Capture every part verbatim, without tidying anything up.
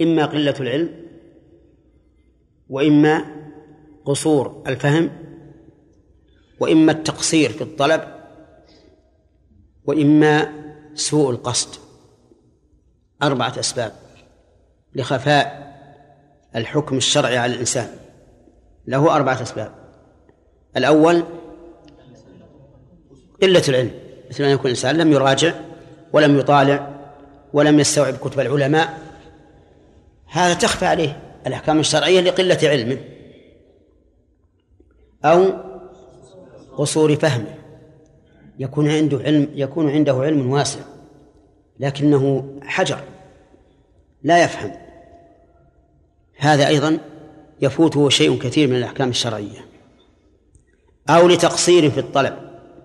إما قلة العلم، وإما قصور الفهم، وإما التقصير في الطلب، وإما سوء القصد. أربعة أسباب لخفاء الحكم الشرعي على الإنسان، له أربعة أسباب. الأول قلة العلم، مثل أن يكون الإنسان لم يراجع ولم يطالع ولم يستوعب كتب العلماء، هذا تخفى عليه الأحكام الشرعية لقلة علمه. أو قصور فهمه، يكون عنده علم يكون عنده علم واسع لكنه حجر لا يفهم، هذا أيضا يفوته شيء كثير من الأحكام الشرعية. أو لتقصير في الطلب،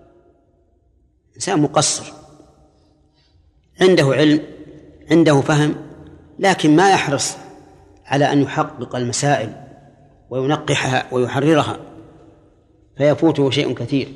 إنسان مقصر عنده علم عنده فهم لكن ما يحرص على أن يحقق المسائل وينقحها ويحررها، فيفوته شيء كثير.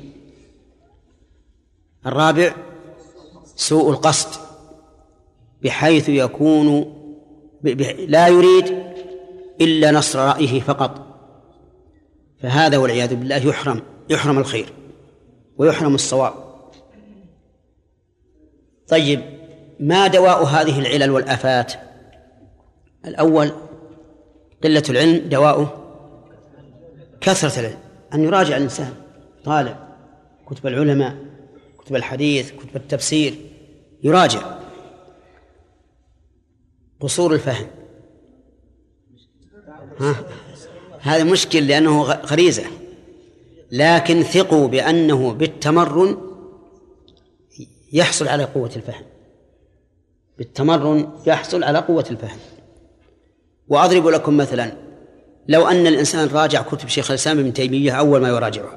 الرابع سوء القصد، بحيث يكون لا يريد إلا نصر رأيه فقط، فهذا والعياذ بالله يحرم يحرم الخير ويحرم الصواب. طيب، ما دواء هذه العلل والآفات؟ الأول قلة العلم، دواؤه كثرة العلم، أن يراجع الإنسان، طالع كتب العلماء، كتب الحديث، كتب التفسير، يراجع. قصور الفهم، ها؟ هذا مشكل لأنه غريزة، لكن ثقوا بأنه بالتمرن يحصل على قوة الفهم، بالتمرن يحصل على قوة الفهم. وأضرب لكم مثلا، لو أن الإنسان راجع كتب شيخ الإسلام ابن تيمية أول ما يراجعها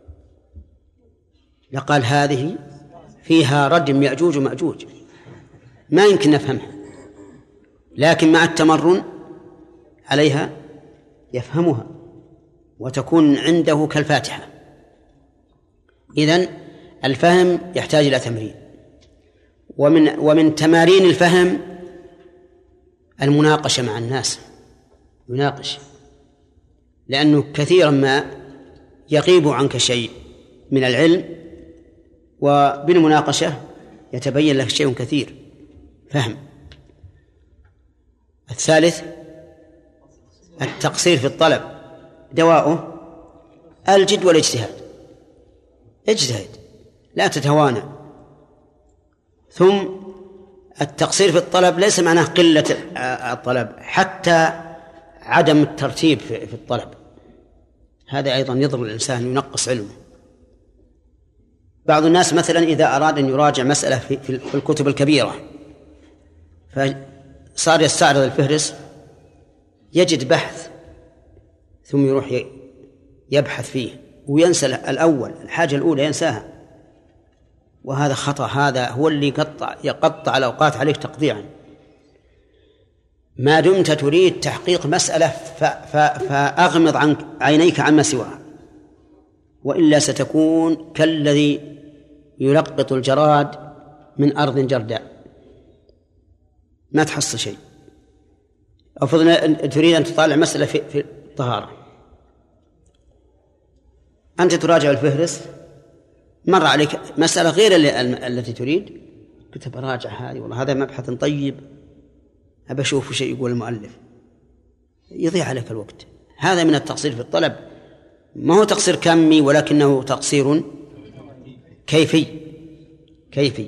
لقال هذه فيها ردم يأجوج ومأجوج، ما يمكن نفهمها، لكن مع التمرن عليها يفهمها وتكون عنده كالفاتحة. إذن الفهم يحتاج إلى تمرين. ومن ومن تمارين الفهم المناقشة مع الناس، يناقش، لأنه كثيرا ما يغيب عنك شيء من العلم وبالمناقشة يتبين لك شيء كثير فهم. الثالث التقصير في الطلب، دواؤه الجد والاجتهاد، اجتهد لا تتوانى. ثم التقصير في الطلب ليس معناه قلة الطلب، حتى عدم الترتيب في الطلب، هذا أيضا يضر الإنسان، ينقص علمه. بعض الناس مثلا إذا أراد أن يراجع مسألة في الكتب الكبيرة فصار يستعرض الفهرس، يجد بحث ثم يروح يبحث فيه وينسى الأول، الحاجة الأولى ينساها، وهذا خطأ، هذا هو اللي يقطع يقطع الأوقات عليك تقطيعا. ما دمت تريد تحقيق مسألة فأغمض عن عينيك عما سواها، وإلا ستكون كالذي يلقط الجراد من أرض جرداء، ما تحصل شيء. أو تريد أن تطالع مسألة في الطهارة، أنت تراجع الفهرس، مر عليك مسألة غير التي تريد، قلت براجع هذه، والله هذا مبحث طيب، أبى أشوف شيء يقول المؤلف، يضيع عليك الوقت. هذا من التقصير في الطلب، ما هو تقصير كمي ولكنه تقصير كيفي كيفي.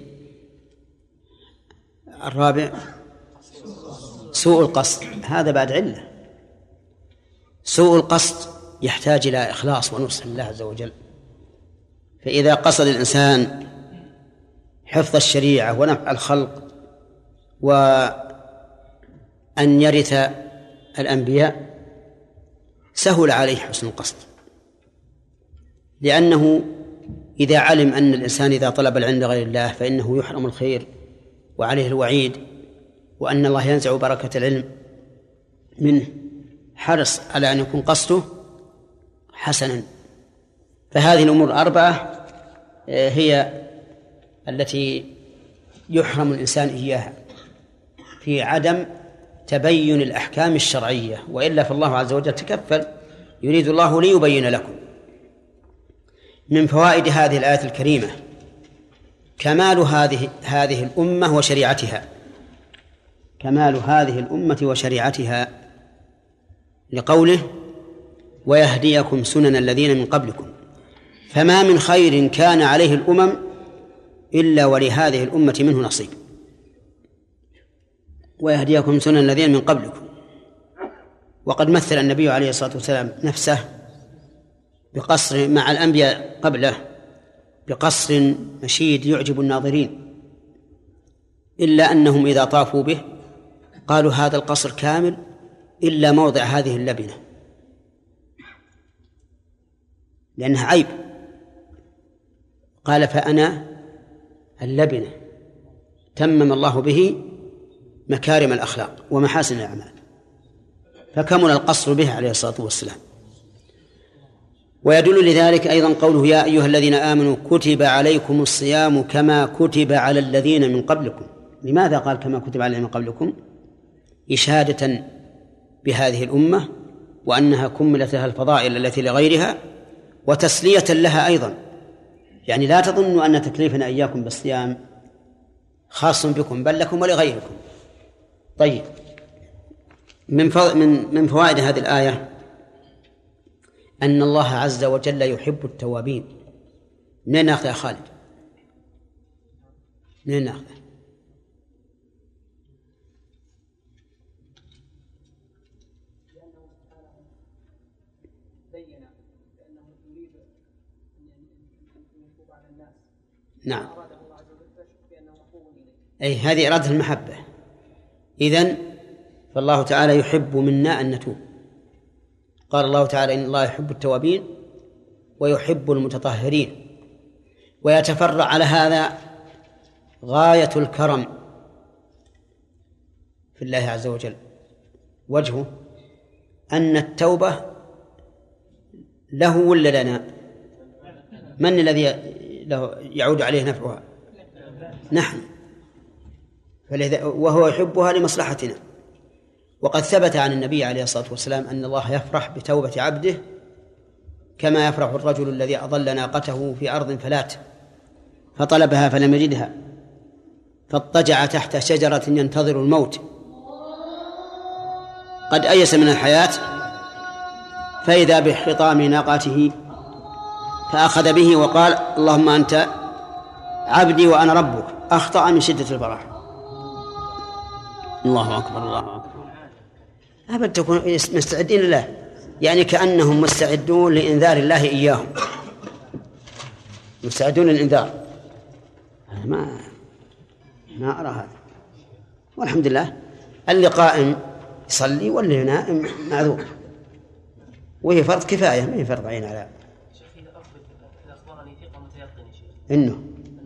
الرابع سوء القصد، هذا بعد علة. سوء القصد يحتاج إلى إخلاص ونصح لله عز وجل، فإذا قصد الإنسان حفظ الشريعة ونفع الخلق وأن يرث الأنبياء سهل عليه حسن القصد، لأنه إذا علم أن الإنسان إذا طلب العلم لغير الله فإنه يحرم الخير وعليه الوعيد، وأن الله ينزع بركة العلم منه، حرص على أن يكون قصده حسنا. فهذه الأمور الأربعة هي التي يحرم الإنسان إياها في عدم تبين الأحكام الشرعية، وإلا فالله عز وجل تكفل يريد الله ليبين لكم. من فوائد هذه الآية الكريمة كمال هذه هذه الأمة وشريعتها، كمال هذه الأمة وشريعتها، لقوله ويهديكم سنن الذين من قبلكم، فما من خير كان عليه الأمم إلا ولهذه الأمة منه نصيب. ويهديكم سنن الذين من قبلكم. وقد مثل النبي عليه الصلاة والسلام نفسه بقصر مع الأنبياء قبله بقصر مشيد يعجب الناظرين، إلا أنهم إذا طافوا به قالوا هذا القصر كامل إلا موضع هذه اللبنة، لأنها عيب. قال فأنا اللبنة تمم الله به مكارم الأخلاق ومحاسن الأعمال، فكمل القصر به عليه الصلاة والسلام. ويدل لذلك أيضا قوله يا أيها الذين آمنوا كتب عليكم الصيام كما كتب على الذين من قبلكم. لماذا قال كما كتب على الذين من قبلكم؟ إشادة بهذه الأمة وأنها كملت لها الفضائل التي لغيرها، وتسلية لها أيضا. يعني لا تظنوا أن تكليفنا إياكم بالصيام خاص بكم، بل لكم ولغيركم. طيب، من من من فوائد هذه الآية أن الله عز وجل يحب التوابين. منين ناخذ يا خالد؟ منين ناخذ؟ نعم، أي هذه إرادة المحبة. إذن فالله تعالى يحب منا أن نتوب. قال الله تعالى إن الله يحب التوابين ويحب المتطهرين. ويتفرع على هذا غاية الكرم في الله عز وجل، وجهه أن التوبة له ولا لنا؟ من الذي له يعود عليه نفعها؟ نحن، وهو يحبها لمصلحتنا. وقد ثبت عن النبي عليه الصلاة والسلام أن الله يفرح بتوبة عبده كما يفرح الرجل الذي أضل ناقته في أرض فلات فطلبها فلم يجدها فاضطجع تحت شجرة ينتظر الموت، قد أيس من الحياة فإذا بحطام ناقته فأخذ به وقال اللهم أنت عبدي وأنا ربك، أخطأ من شدة الفرح. الله أكبر الله أكبر. أبد تكون مستعدين لله، يعني كأنهم مستعدون لإنذار الله إياهم، مستعدون للإنذار. ما ما أرى هذا. والحمد لله اللي قائم يصلي واللي نائم معذور، وهي فرض كفاية ما هي فرض عين على. إنه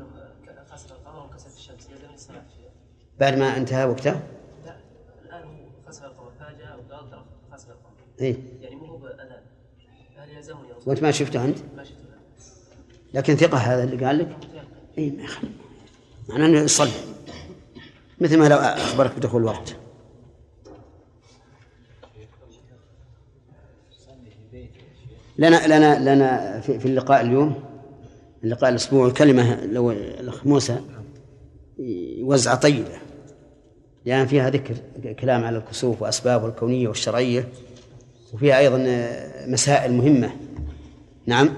بعد ما انتهى وقته الآن هو خسر القمر فاجأ وقال خسر القمر. إيه؟ يعني مو هو بأذان. هل يلزمني؟ وأنت ما شفته أنت؟ ما شفته. لكن ثقة هذا اللي قال لك؟ إيه ما يخلي. معناه إنه يصلي مثل ما لو أخبرك بدخول الوقت. لنا لنا لنا في, في اللقاء اليوم، اللقاء الأسبوع، الكلمة لو الأخ موسى وزعة طيبة، لأن فيها ذكر كلام على الكسوف وأسبابه الكونية والشرعية، وفيها أيضا مسائل مهمة. نعم.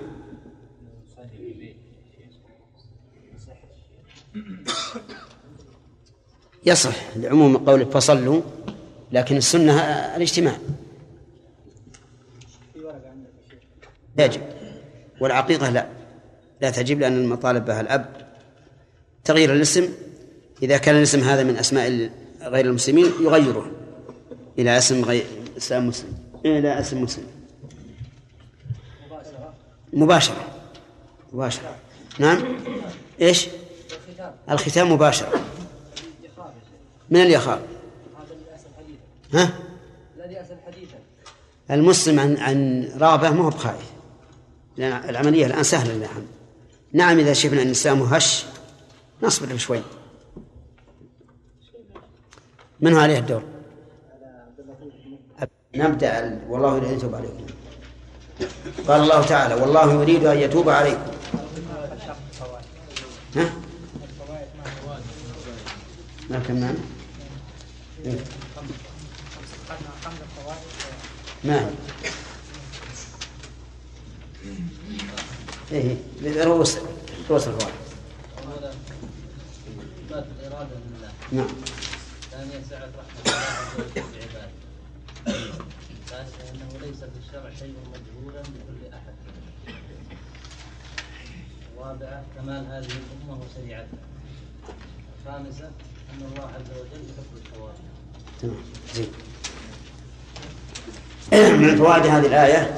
يصح لعموم قوله فصلوا، لكن السنة الاجتماع يجب، والعقيقة لا لا تجب، لأن المطالب بها الأب. تغيير الاسم إذا كان الاسم هذا من أسماء غير المسلمين يغيره إلى اسم غير اسم مسلم، إلى اسم مسلم مباشرة مباشرة. نعم. إيش الختام؟ مباشرة. من اللي يخاف؟ ها؟ المسلم عن عن رغبة ما هو بخايف، لأن العملية الآن سهلة للحمد. نعم إذا شفنا أن الإسلام هش نصبر شوي. من هو عليه الدور؟ نبدأ والله يريد أن يتوب عليكم. قال الله تعالى والله يريد أن يتوب عليكم. ها؟ ما كمان إيه؟ ما هي إيه رؤوس رؤوس الفوائد. إثبات الإرادة لله. نعم. ثانيا سعة رحمة الله عز وجل بعباده. ثالثا أنه ليس في الشرع شيء مجهولا لكل أحد. رابعا كمال هذه الأمة وشريعتها. الخامسة أن الله عز وجل يحب الثواب. تمام. زين. من فوائد هذه الآية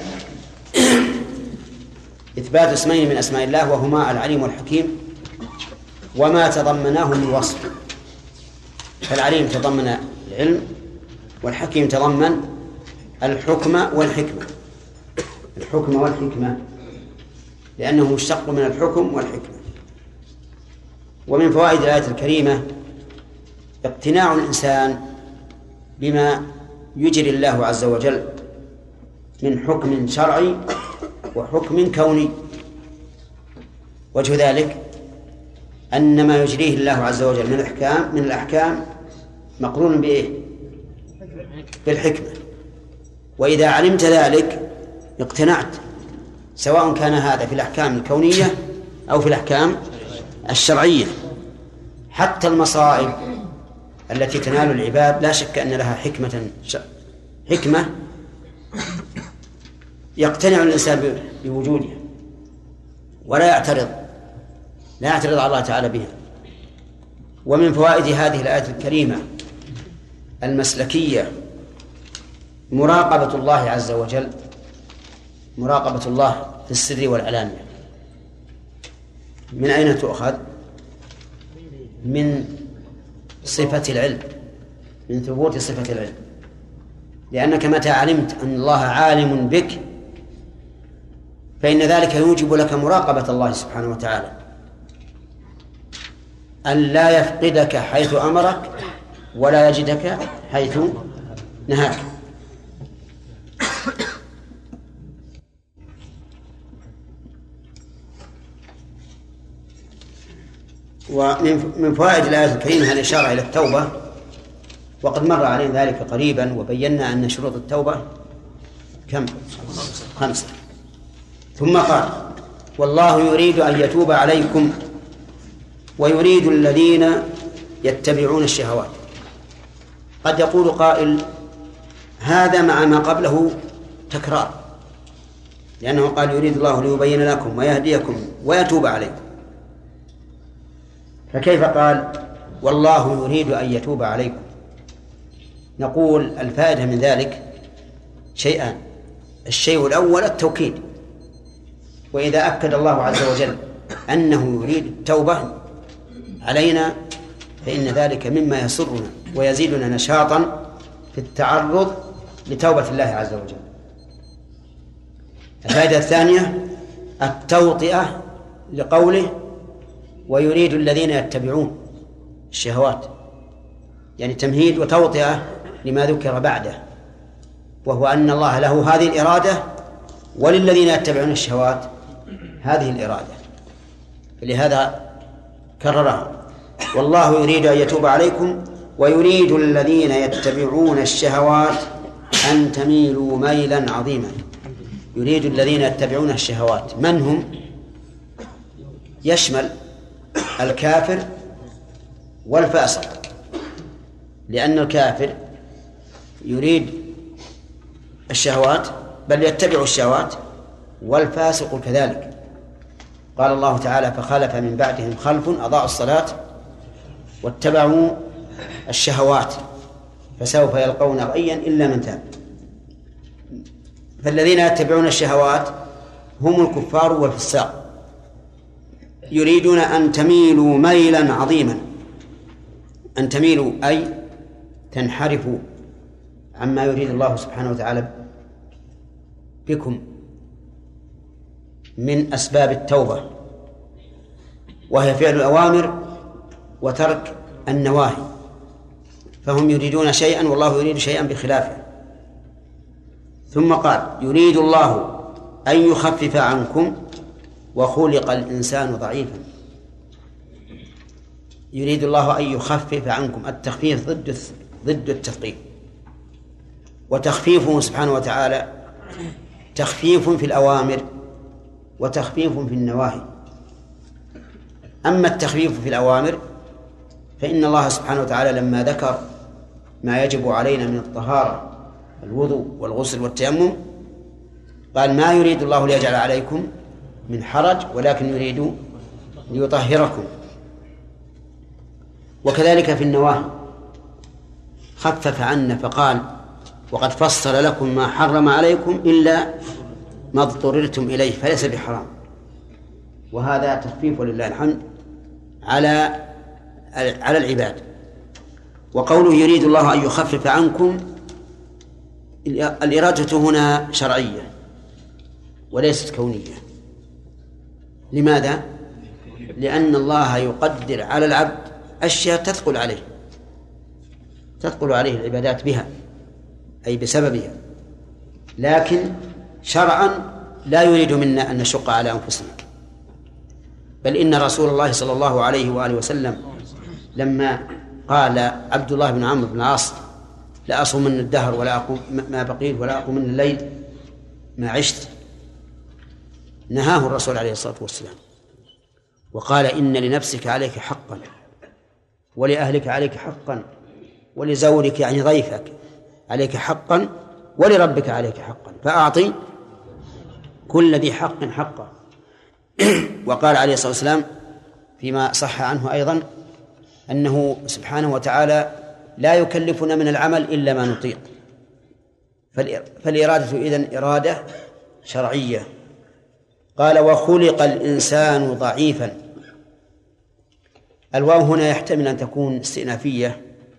إثبات اسمين من أسماء الله وهما العليم والحكيم وما تضمناه من وصف. فالعليم تضمن العلم والحكيم تضمن الحكم والحكمة. الحكم والحكمة لأنه مشتق من الحكم والحكمة. ومن فوائد الآية الكريمة اقتناع الإنسان بما يجري الله عز وجل من حكم شرعي وحكم كوني. وجه ذلك أن ما يجريه الله عز وجل من الأحكام من الأحكام مقرون بإيه؟ بالحكمة. وإذا علمت ذلك اقتنعت، سواء كان هذا في الأحكام الكونية أو في الأحكام الشرعية. حتى المصائب التي تنال العباد لا شك أن لها حكمة حكمة يقتنع الإنسان بوجودها ولا يعترض لا يعترض على الله تعالى بها. ومن فوائد هذه الآية الكريمة المسلكية مراقبة الله عز وجل، مراقبة الله في السر والعلانية. من أين تؤخذ؟ من صفة العلم، من ثبوت صفة العلم. لأنك متى علمت أن الله عالم بك فإن ذلك يوجب لك مراقبة الله سبحانه وتعالى، أن لا يفقدك حيث أمرك ولا يجدك حيث نهاك. ومن فوائد الآية الكريمة الإشارة إلى التوبة، وقد مر علينا ذلك قريبا وبينا أن شروط التوبة كم؟ خمسة. ثم قال والله يريد أن يتوب عليكم ويريد الذين يتبعون الشهوات. قد يقول قائل هذا مع ما قبله تكرار، لأنه قال يريد الله ليبين لكم ويهديكم ويتوب عليكم، فكيف قال والله يريد أن يتوب عليكم؟ نقول الفائدة من ذلك شيئان. الشيء الأول التوكيد، وإذا أكد الله عز وجل أنه يريد التوبة علينا فإن ذلك مما يسرنا ويزيدنا نشاطا في التعرض لتوبة الله عز وجل. الفائدة الثانية التوطئة لقوله ويريد الذين يتبعون الشهوات، يعني تمهيد وتوطئة لما ذكر بعده، وهو أن الله له هذه الإرادة وللذين يتبعون الشهوات هذه الإرادة، فلهذا كررها والله يريد أن يتوب عليكم ويريد الذين يتبعون الشهوات أن تميلوا ميلا عظيما. يريد الذين يتبعون الشهوات من هم؟ يشمل الكافر والفاسق، لأن الكافر يريد الشهوات بل يتبع الشهوات، والفاسق كذلك. قال الله تعالى فخلف من بعدهم خلف أضاعوا الصلاة واتبعوا الشهوات فسوف يلقون غيا إلا من تاب. فالذين يتبعون الشهوات هم الكفار والفساق، يريدون أن تميلوا ميلا عظيما. أن تميلوا أي تنحرفوا عما يريد الله سبحانه وتعالى بكم من أسباب التوبة، وهي فعل الأوامر وترك النواهي. فهم يريدون شيئا والله يريد شيئا بخلافه. ثم قال يريد الله أن يخفف عنكم وخلق الإنسان ضعيفا. يريد الله أن يخفف عنكم، التخفيف ضد ضد التثقيل، وتخفيفه سبحانه وتعالى تخفيف في الأوامر وتخفيف في النواهي. أما التخفيف في الأوامر فإن الله سبحانه وتعالى لما ذكر ما يجب علينا من الطهارة الوضوء والغسل والتيمم قال ما يريد الله ليجعل عليكم من حرج ولكن يريد ليطهركم. وكذلك في النواهي خفف عنا فقال وقد فصل لكم ما حرم عليكم إلا ما اضطررتم إليه فليس بحرام. وهذا تخفيف ولله الحمد على على العباد. وقوله يريد الله أن يخفف عنكم، الإرادة هنا شرعية وليست كونية. لماذا؟ لأن الله يقدر على العبد أشياء تثقل عليه تثقل عليه العبادات بها أي بسببها، لكن شرعا لا يريد منا أن نشق على أنفسنا. بل إن رسول الله صلى الله عليه وآله وسلم لما قال عبد الله بن عمرو بن العاص لا أصوم من الدهر ولا أقوم ما بقيت ولا أقوم من الليل ما عشت، نهاه الرسول عليه الصلاة والسلام وقال إن لنفسك عليك حقا ولأهلك عليك حقا ولزورك يعني ضيفك عليك حقا ولربك عليك حقا فأعطي كل ذي حق حقه. وقال عليه الصلاة والسلام فيما صح عنه أيضا أنه سبحانه وتعالى لا يكلفنا من العمل إلا ما نطيق. فالإرادة إذن إرادة شرعية. قال وخلق الإنسان ضعيفا. الواو هنا يحتمل أن تكون استئنافية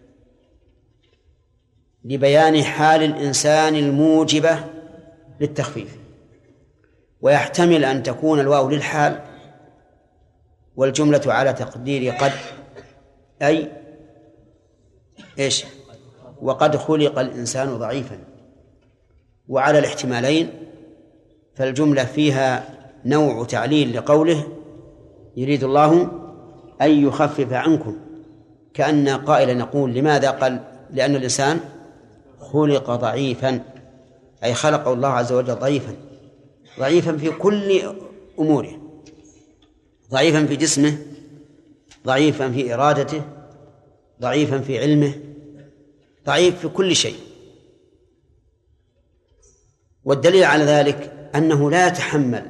لبيان حال الإنسان الموجبة للتخفيف، ويحتمل أن تكون الواو للحال والجملة على تقدير قد، أي إيش؟ وقد خلق الإنسان ضعيفا. وعلى الاحتمالين فالجملة فيها نوع تعليل لقوله يريد الله أن يخفف عنكم، كأن قائلا نقول لماذا؟ قال لأن الإنسان خلق ضعيفا، أي خلقه الله عز وجل ضعيفا، ضعيفا في كل أموره، ضعيفا في جسمه، ضعيفا في إرادته، ضعيفا في علمه، ضعيف في كل شيء. والدليل على ذلك أنه لا يتحمل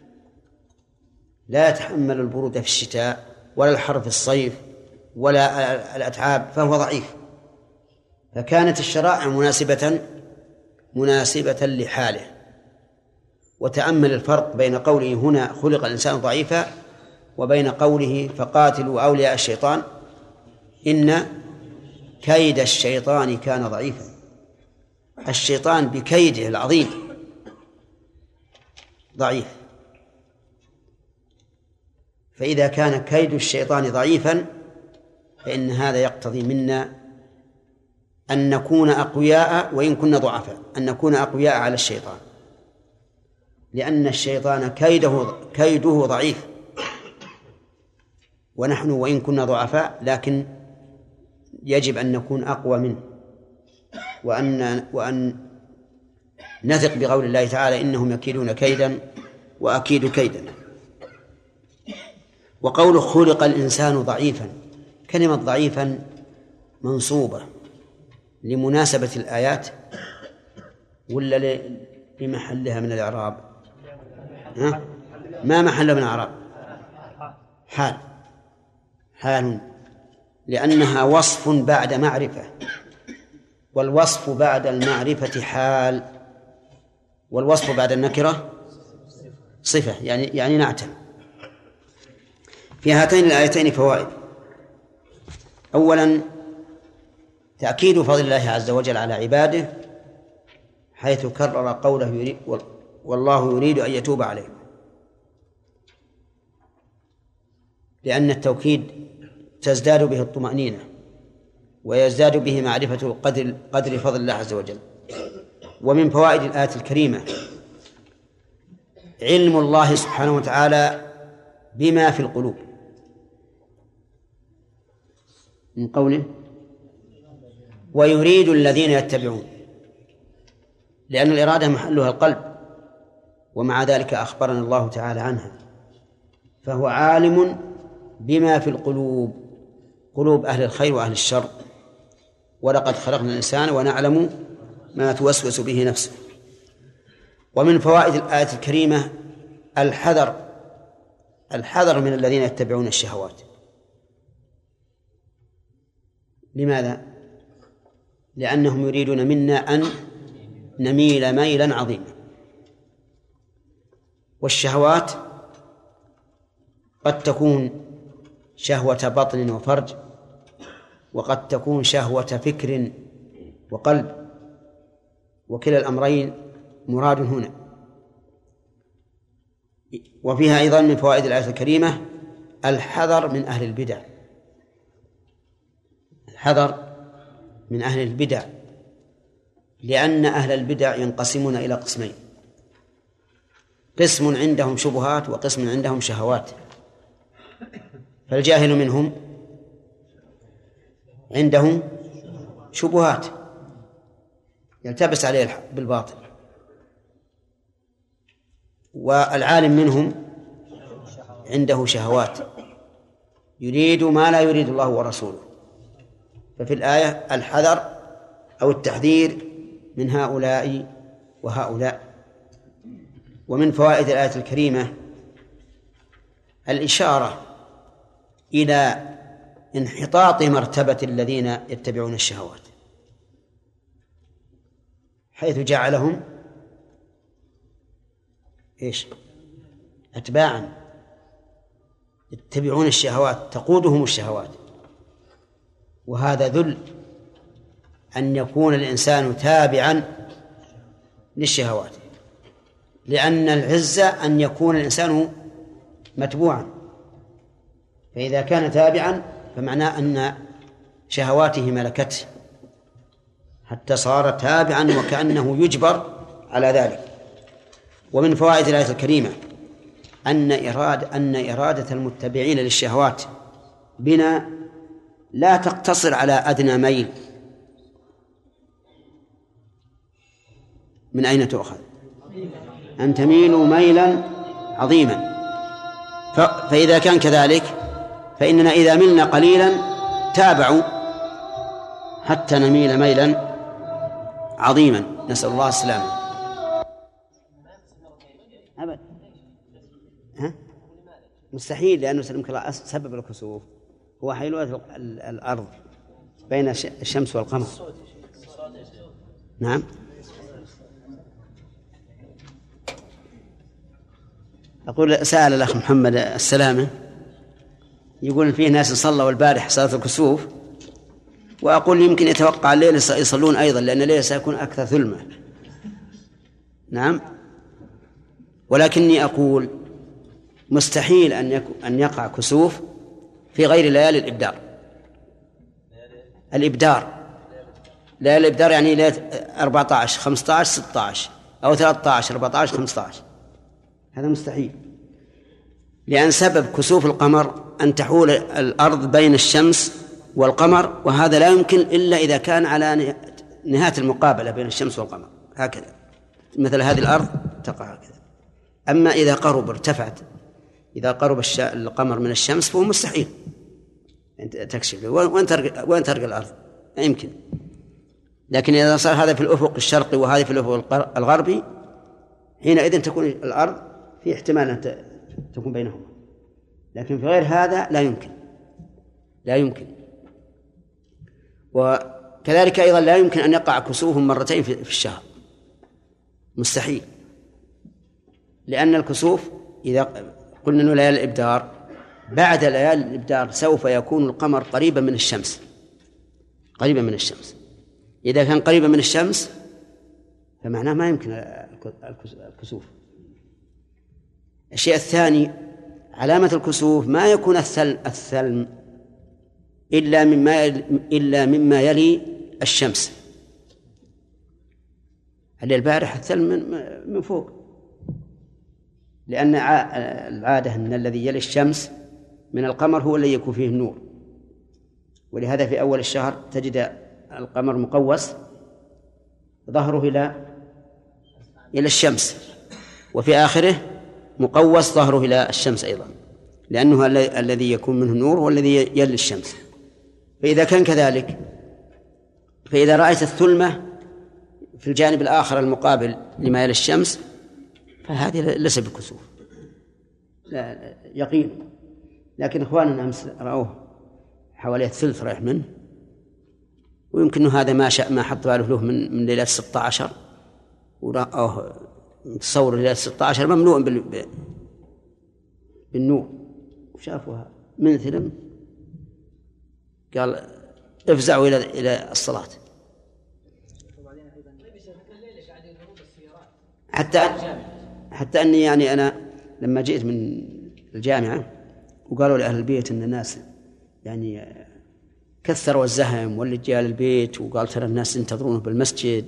لا يتحمل البرودة في الشتاء ولا الحر في الصيف ولا الأتعاب، فهو ضعيف. فكانت الشرائع مناسبة مناسبة لحاله. وتأمل الفرق بين قوله هنا خلق الإنسان ضعيفا وبين قوله فقاتلوا أولياء الشيطان إن كيد الشيطان كان ضعيفا. الشيطان بكيده العظيم ضعيف، فإذا كان كيد الشيطان ضعيفا فإن هذا يقتضي منا أن نكون أقوياء وإن كنا ضعفاء، أن نكون أقوياء على الشيطان، لأن الشيطان كيده كيده ضعيف، ونحن وإن كنا ضعفاء لكن يجب أن نكون أقوى منه، وأن وأن نثق بقول الله تعالى إنهم يكيدون كيدا وأكيد كيدا. وقوله خلق الإنسان ضعيفا، كلمة ضعيفا منصوبة لمناسبة الآيات ولا لمحلها من الإعراب؟ ها؟ ما محل من الإعراب؟ حال حال لأنها وصف بعد معرفة، والوصف بعد المعرفة حال، والوصف بعد النكرة صفة، يعني يعني نعتم. في هاتين الآيتين فوائد. أولا تأكيد فضل الله عز وجل على عباده حيث كرر قوله يريد والله يريد أن يتوب عليكم، لأن التوكيد تزداد به الطمأنينة ويزداد به معرفة قدر قدر فضل الله عز وجل. ومن فوائد الآية الكريمة علم الله سبحانه وتعالى بما في القلوب، من قوله ويريد الذين يتبعون، لأن الإرادة محلها القلب، ومع ذلك أخبرنا الله تعالى عنها، فهو عالم بما في القلوب، قلوب أهل الخير وأهل الشر. ولقد خلقنا الإنسان ونعلم ما توسوس به نفسه. ومن فوائد الآية الكريمة الحذر الحذر من الذين يتبعون الشهوات. لماذا؟ لأنهم يريدون منا أن نميل ميلا عظيما. والشهوات قد تكون شهوة بطن وفرج، وقد تكون شهوة فكر وقلب، وكلا الأمرين مراد هنا. وفيها أيضا من فوائد الآية الكريمة الحذر من أهل البدع، الحذر من أهل البدع، لأن أهل البدع ينقسمون إلى قسمين: قسم عندهم شبهات وقسم عندهم شهوات. فالجاهل منهم عندهم شبهات يلتبس عليه بالباطل، والعالم منهم عنده شهوات يريد ما لا يريد الله ورسوله. ففي الآية الحذر أو التحذير من هؤلاء وهؤلاء. ومن فوائد الآية الكريمة الإشارة إلى انحطاط مرتبة الذين يتبعون الشهوات، حيث جعلهم إيش؟ أتباعا يتبعون الشهوات، تقودهم الشهوات. وهذا ذل أن يكون الإنسان تابعا للشهوات، لأن العزة أن يكون الإنسان متبوعا. فإذا كان تابعا فمعناه أن شهواته ملكته حتى صار تابعا وكأنه يجبر على ذلك. ومن فوائد الآية الكريمة أن إرادة أن إرادة المتبعين للشهوات بنا لا تقتصر على أدنى ميل. من أين تؤخذ؟ أن تميلوا ميلا عظيما. فإذا كان كذلك فإننا إذا ملنا قليلا تابعوا حتى نميل ميلا عظيما، نسأل الله السلامة. أبدا ها؟ مستحيل، لأنه سلمك الله سبب الكسوف هو حيلولة الأرض بين الشمس والقمر. نعم. أقول سأل الأخ محمد السلامة يقول فيه ناس صلوا البارح صلاة الكسوف، وأقول يمكن يتوقع الليل يصلون أيضا، لأن الليل سيكون أكثر ظلمة. نعم. ولكني أقول مستحيل أن يكون أن يقع كسوف في غير ليالي الإبدار. الإبدار ليالي الإبدار يعني ليلة أربعة عشر خمسة عشر ستة عشر أو ثلاثة عشر أربعة عشر خمسة عشر، هذا مستحيل. لأن سبب كسوف القمر أن تحول الأرض بين الشمس والقمر، وهذا لا يمكن إلا إذا كان على نهاية المقابلة بين الشمس والقمر، هكذا مثل هذه الأرض تقع هكذا. أما إذا قرب ارتفعت، إذا قرب القمر من الشمس فهو مستحيل تكشف. وين ترقى وين ترقى الأرض؟ لا يمكن. لكن إذا صار هذا في الأفق الشرقي وهذا في الأفق الغربي، حينئذ تكون الأرض في احتمال أن تكون بينهما. لكن في غير هذا لا يمكن، لا يمكن. وكذلك أيضا لا يمكن أن يقع كسوف مرتين في الشهر، مستحيل. لأن الكسوف إذا قلنا أنه ليالي الإبدار، بعد ليالي الإبدار سوف يكون القمر قريبا من الشمس، قريبا من الشمس. إذا كان قريبا من الشمس فمعناه ما يمكن الكسوف. الشيء الثاني علامة الكسوف ما يكون الثلم, الثلم إلا مما يلي إلا مما يلي الشمس. اللي البارح الثلج من, من فوق، لأن العادة أن الذي يلي الشمس من القمر هو الذي يكون فيه النور، ولهذا في أول الشهر تجد القمر مقوس ظهره إلى إلى الشمس، وفي آخره مقوس ظهره إلى الشمس أيضا، لأنه الذي يكون منه النور هو الذي يلي الشمس. فإذا كان كذلك، فإذا رأيت الثلمة في الجانب الآخر المقابل لما يلي الشمس فهذه ليس بكسوف، لا يقين. لكن إخواننا أمس رأوه حوالي الثلث رايح منه، ويمكن هذا ما شاء ما حط باله له من من ليلة ستة عشر، ورأوه تصور ليلة ستة عشر مملوء بال بالنور، وشافوها من ثلم قال افزعوا إلى إلى الصلاة. حتى حتى أني يعني أنا لما جئت من الجامعة وقالوا لأهل البيت أن الناس يعني كثروا الزحم واللي جاء للبيت، وقال ترى الناس ينتظرونه بالمسجد،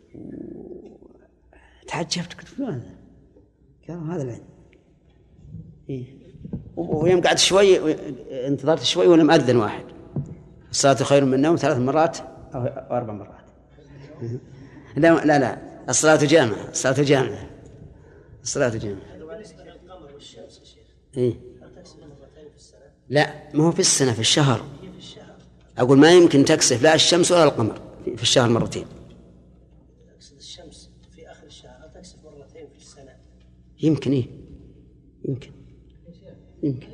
تعجبت قلت ماذا؟ قالوا هذا العلم. إيه. ويوم قعدت شوي انتظرت شوي ولم أذن واحد، الصلاة خير من النوم ثلاث مرات أو أربع مرات. لا لا لا الصلاة جامعة، الصلاة جامعة، الصلاة جامعة. إيه؟ لا ما هو في السنة، في الشهر. أقول ما يمكن تكسف لا الشمس ولا القمر في الشهر مرتين. الشمس في آخر الشهر تكسف مرتين في السنة. يمكن إيه؟ يمكن. يمكن.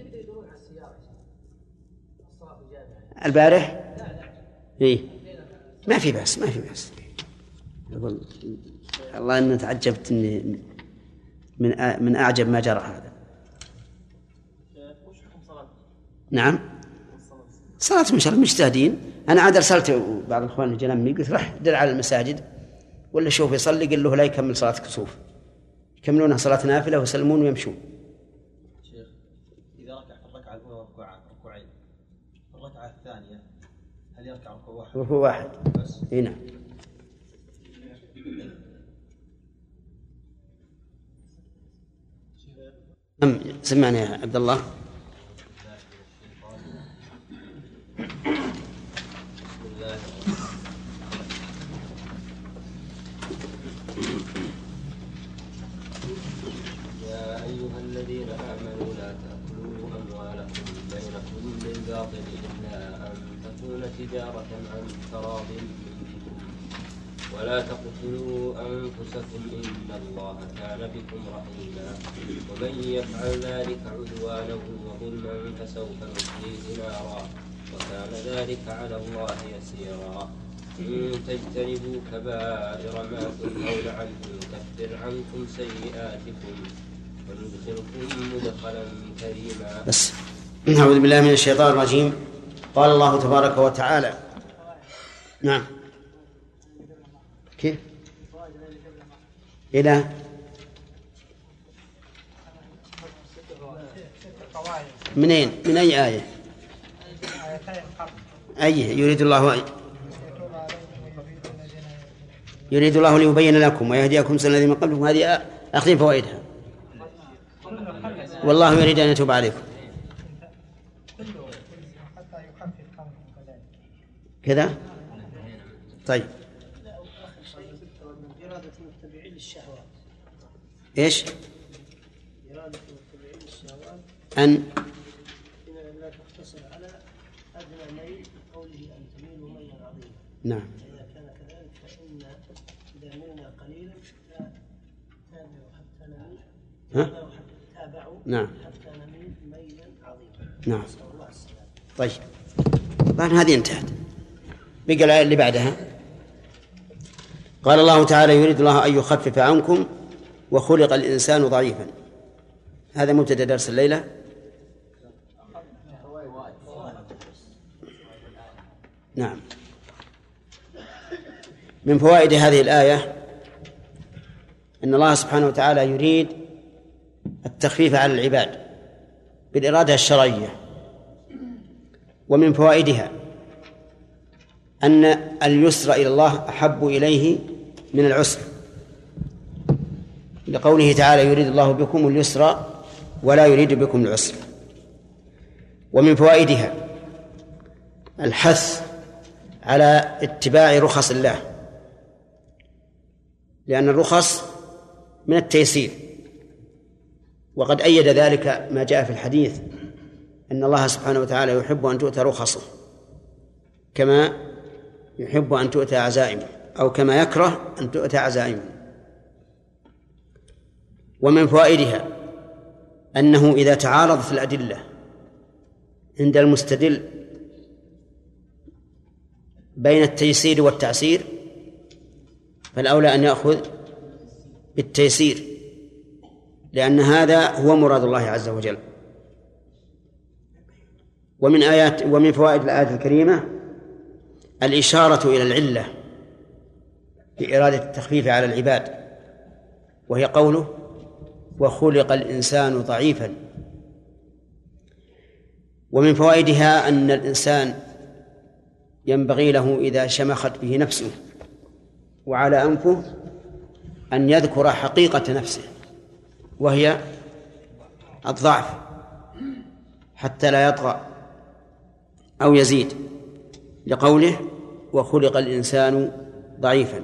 البارح؟ إيه؟ ما في بأس، ما في بأس. أقول الله إني تعجبت إني من من أعجب ما جرى هذا. نعم. صلاة من شر مجتهدين. أنا عاد أرسلت بعض الإخوان اللي جنبي قلت رح دل على المساجد ولا شوف يصلي، قل له لا يكمل صلاة كسوف، يكملونها صلاة نافلة ويسلمون ويمشون. شيخ إذا ركع في الركعة الأولى ركوعين، الركعة الثانية هل يركع ركوع واحد؟ ركوع واحد بس. هنا أم سمعنا يا عبد الله. يا أيها الذين آمنوا لا تأكلوا أموالكم بينكم بالباطل إلا أن تكون تجارة عن تراض منكم ولا تقتلوا أنفسكم إن الله كان بكم رحيما ومن يفعل ذلك عدوانا وظلما فسوف نصليه نارا وكان ذلك على الله يسيرا إن تجتنبوا كبائر ما تنهون عنه نكفر عنكم سيئاتكم وندخلكم مدخلا كريما. بس نعوذ بالله من الشيطان الرجيم. قال الله تبارك وتعالى نعم كيف إلى منين من أي آية؟ أي يريد الله يريد الله ليبين لكم ويهديكم سنة الذين من قبلكم، هذه أخذين فوائدها. والله يريد أن يتوب عليكم كذا. طيب إرادة المتبعين للشهوات. إيش؟ إرادة المتبعين للشهوات أن لا تقتصر على أدنى ميل قوله أن تميلوا ميلا عظيما. نعم. إذا كان كذلك فإن إذا ملنا قليلا تابعوا حتى نميل. ها؟ تابعوا نعم. حتى نميل ميلا عظيما. نعم. نسأل الله السلامة. طيب بعد هذه انتهت، بقى الآية اللي بعدها. قال الله تعالى يريد الله أن يخفف عنكم وخلق الإنسان ضعيفا. هذا مبتدأ درس الليلة. نعم. من فوائد هذه الآية أن الله سبحانه وتعالى يريد التخفيف على العباد بالإرادة الشرعية. ومن فوائدها أن اليسر إلى الله أحب إليه من العسر، لقوله تعالى يريد الله بكم اليسر ولا يريد بكم العسر. ومن فوائدها الحث على اتباع رخص الله، لأن الرخص من التيسير، وقد أيد ذلك ما جاء في الحديث أن الله سبحانه وتعالى يحب أن تؤتى رخصه كما يحب أن تؤتى عزائمه، أو كما يكره أن تؤتى عزائمه. ومن فوائدها أنه إذا تعارضت الأدلة عند المستدل بين التيسير والتعسير فالأولى أن يأخذ بالتيسير، لأن هذا هو مراد الله عز وجل. ومن آيات ومن فوائد الآية الكريمة الإشارة إلى العلة بإرادة التخفيف على العباد، وهي قوله وخلق الإنسان ضعيفا. ومن فوائدها أن الإنسان ينبغي له إذا شمخت به نفسه وعلى أنفه أن يذكر حقيقة نفسه وهي الضعف حتى لا يطغى أو يزيد، لقوله وخلق الإنسان ضعيفا.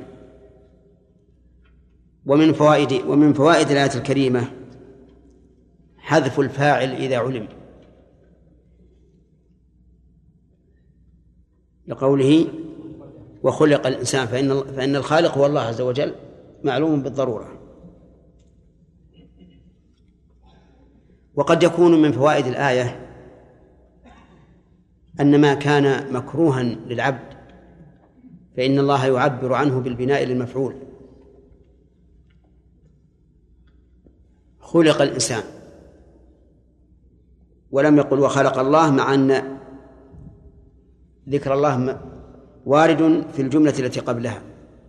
ومن فوائد ومن فوائد الآية الكريمة حذف الفاعل إذا علم، لقوله وخلق الإنسان، فإن فإن الخالق هو الله عز وجل معلوم بالضرورة. وقد يكون من فوائد الآية أن ما كان مكروها للعبد فإن الله يعبر عنه بالبناء للمفعول. خلق الإنسان ولم يقل وخلق الله، مع أن ذكر الله وارد في الجملة التي قبلها.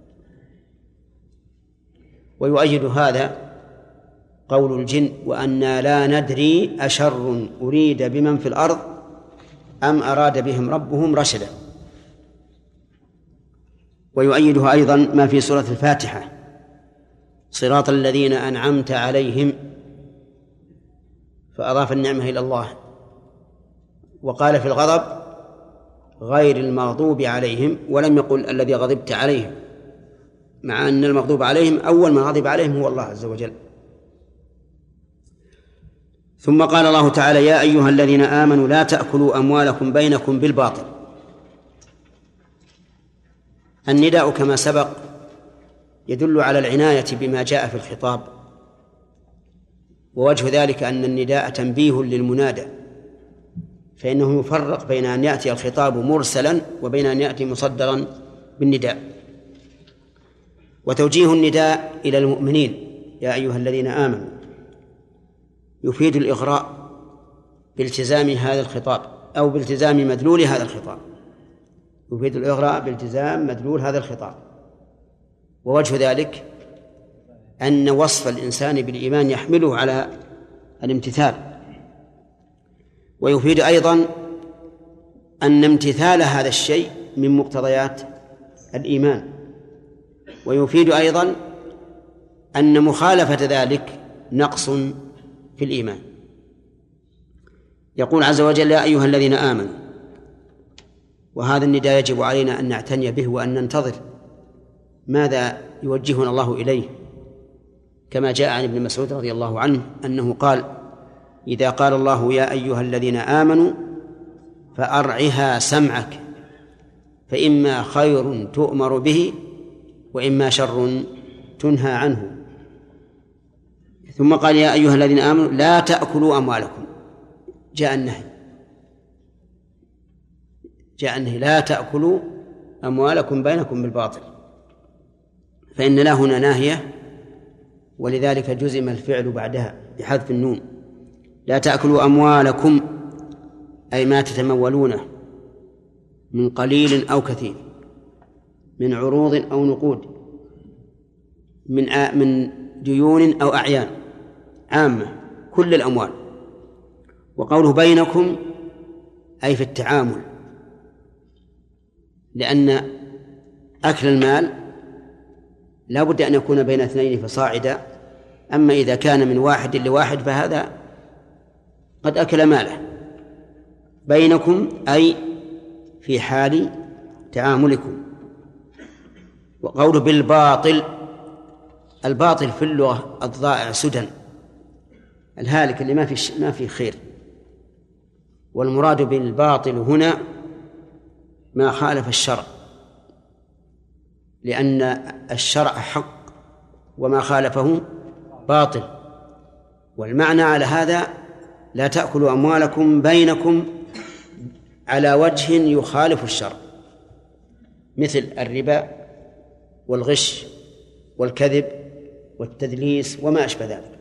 ويؤيد هذا قول الجن وأنا لا ندري أشر أريد بمن في الأرض أم أراد بهم ربهم رشدا. ويؤيده أيضا ما في سورة الفاتحة صراط الذين أنعمت عليهم، فأضاف النعمة إلى الله، وقال في الغضب غير المغضوب عليهم ولم يقل الذي غضبت عليهم، مع أن المغضوب عليهم أول من غضب عليهم هو الله عز وجل. ثم قال الله تعالى يا أيها الذين آمنوا لا تأكلوا أموالكم بينكم بالباطل. النداء كما سبق يدل على العناية بما جاء في الخطاب، ووجه ذلك أن النداء تنبيه للمنادى، فإنه يفرق بين أن يأتي الخطاب مرسلا وبين أن يأتي مصدرا بالنداء. وتوجيه النداء إلى المؤمنين يا أيها الذين آمنوا يفيد الإغراء بالتزام هذا الخطاب أو بالتزام مدلول هذا الخطاب، يفيد الإغراء بالتزام مدلول هذا الخطاب. ووجه ذلك أن وصف الإنسان بالإيمان يحمله على الامتثال. ويفيد أيضا أن امتثال هذا الشيء من مقتضيات الإيمان. ويفيد أيضا أن مخالفة ذلك نقص في الإيمان. يقول عز وجل يا أيها الذين آمنوا، وهذا النداء يجب علينا أن نعتني به وأن ننتظر ماذا يوجهنا الله إليه، كما جاء عن ابن مسعود رضي الله عنه أنه قال إذا قال الله يا أيها الذين آمنوا فأرعها سمعك فإما خير تؤمر به وإما شر تنهى عنه. ثم قال يا أيها الذين آمنوا لا تأكلوا أموالكم، جاء النهي جاء النهي لا تأكلوا أموالكم بينكم بالباطل، فإن لا هنا ناهية ولذلك جزم الفعل بعدها بحذف النون. لا تأكلوا أموالكم أي ما تتمولونه من قليل أو كثير، من عروض أو نقود، من من ديون أو أعيان عامة، كل الأموال. وقوله بينكم أي في التعامل، لأن أكل المال لا بد أن يكون بين اثنين فصاعدا أما إذا كان من واحد لواحد فهذا قد أكل ماله بينكم، أي في حال تعاملكم. وقوله بالباطل، الباطل في اللغة الضائع سدى، الهالك اللي ما في ما في خير. والمراد بالباطل هنا ما خالف الشرع، لأن الشرع حق وما خالفه باطل. والمعنى على هذا لا تأكلوا أموالكم بينكم على وجه يخالف الشرع، مثل الربا والغش والكذب والتدليس وما أشبه ذلك،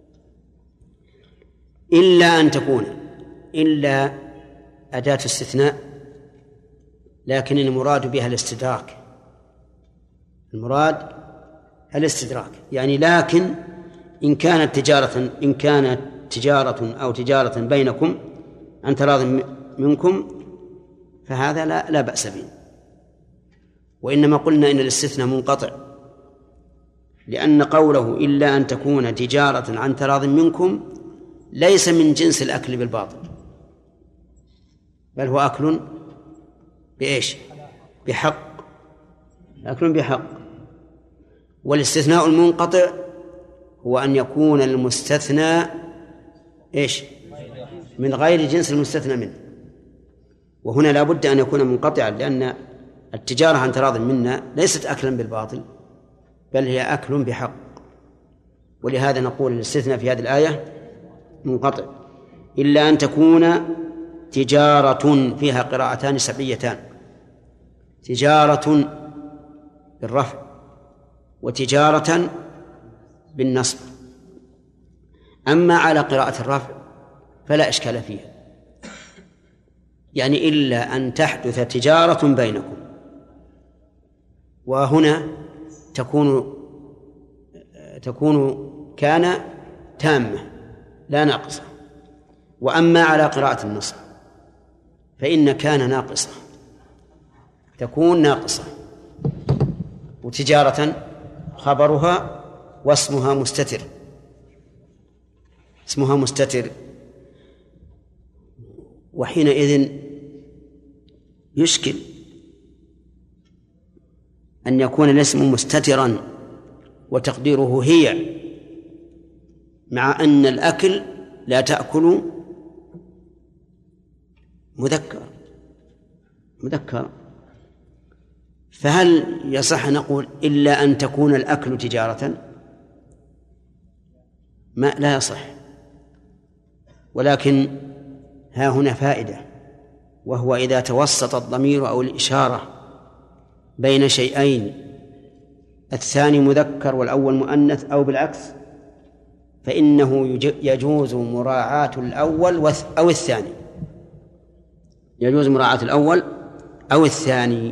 إلا أن تكون إلا أداة استثناء، لكن المراد بها الاستدراك. المراد الاستدراك يعني لكن إن كانت تجارة إن كانت تجارة أو تجارة بينكم عن تراض منكم فهذا لا, لا بأس به. وإنما قلنا إن الاستثناء منقطع، لأن قوله إلا أن تكون تجارة عن تراض منكم ليس من جنس الأكل بالباطل، بل هو أكل بإيش؟ بحق، أكل بحق. والاستثناء المنقطع هو أن يكون المستثنى إيش؟ من غير جنس المستثنى منه، وهنا لا بد أن يكون منقطعا، لأن التجارة عن تراض منا ليست أكلا بالباطل بل هي أكل بحق. ولهذا نقول الاستثناء في هذه الآية منقطع، إلا أن تكون تجارة، فيها قراءتان سبعيتان، تجارة بالرفع وتجارة بالنصب. أما على قراءة الرفع فلا إشكال فيها، يعني إلا أن تحدث تجارة بينكم، وهنا تكون تكون كان تامة لا ناقصة. وأما على قراءة النصب فإن كان ناقصة تكون ناقصة، وتجارة خبرها واسمها مستتر، اسمها مستتر. وحينئذ يشكل أن يكون الاسم مستترا وتقديره هي، مع أن الأكل لا تأكل مذكر مذكر فهل يصح نقول إلا أن تكون الأكل تجارة؟ ما لا يصح. ولكن ها هنا فائدة، وهو إذا توسط الضمير أو الإشارة بين شيئين الثاني مذكر والأول مؤنث أو بالعكس فإنه يجوز مراعاة الأول أو الثاني، يجوز مراعاة الأول أو الثاني.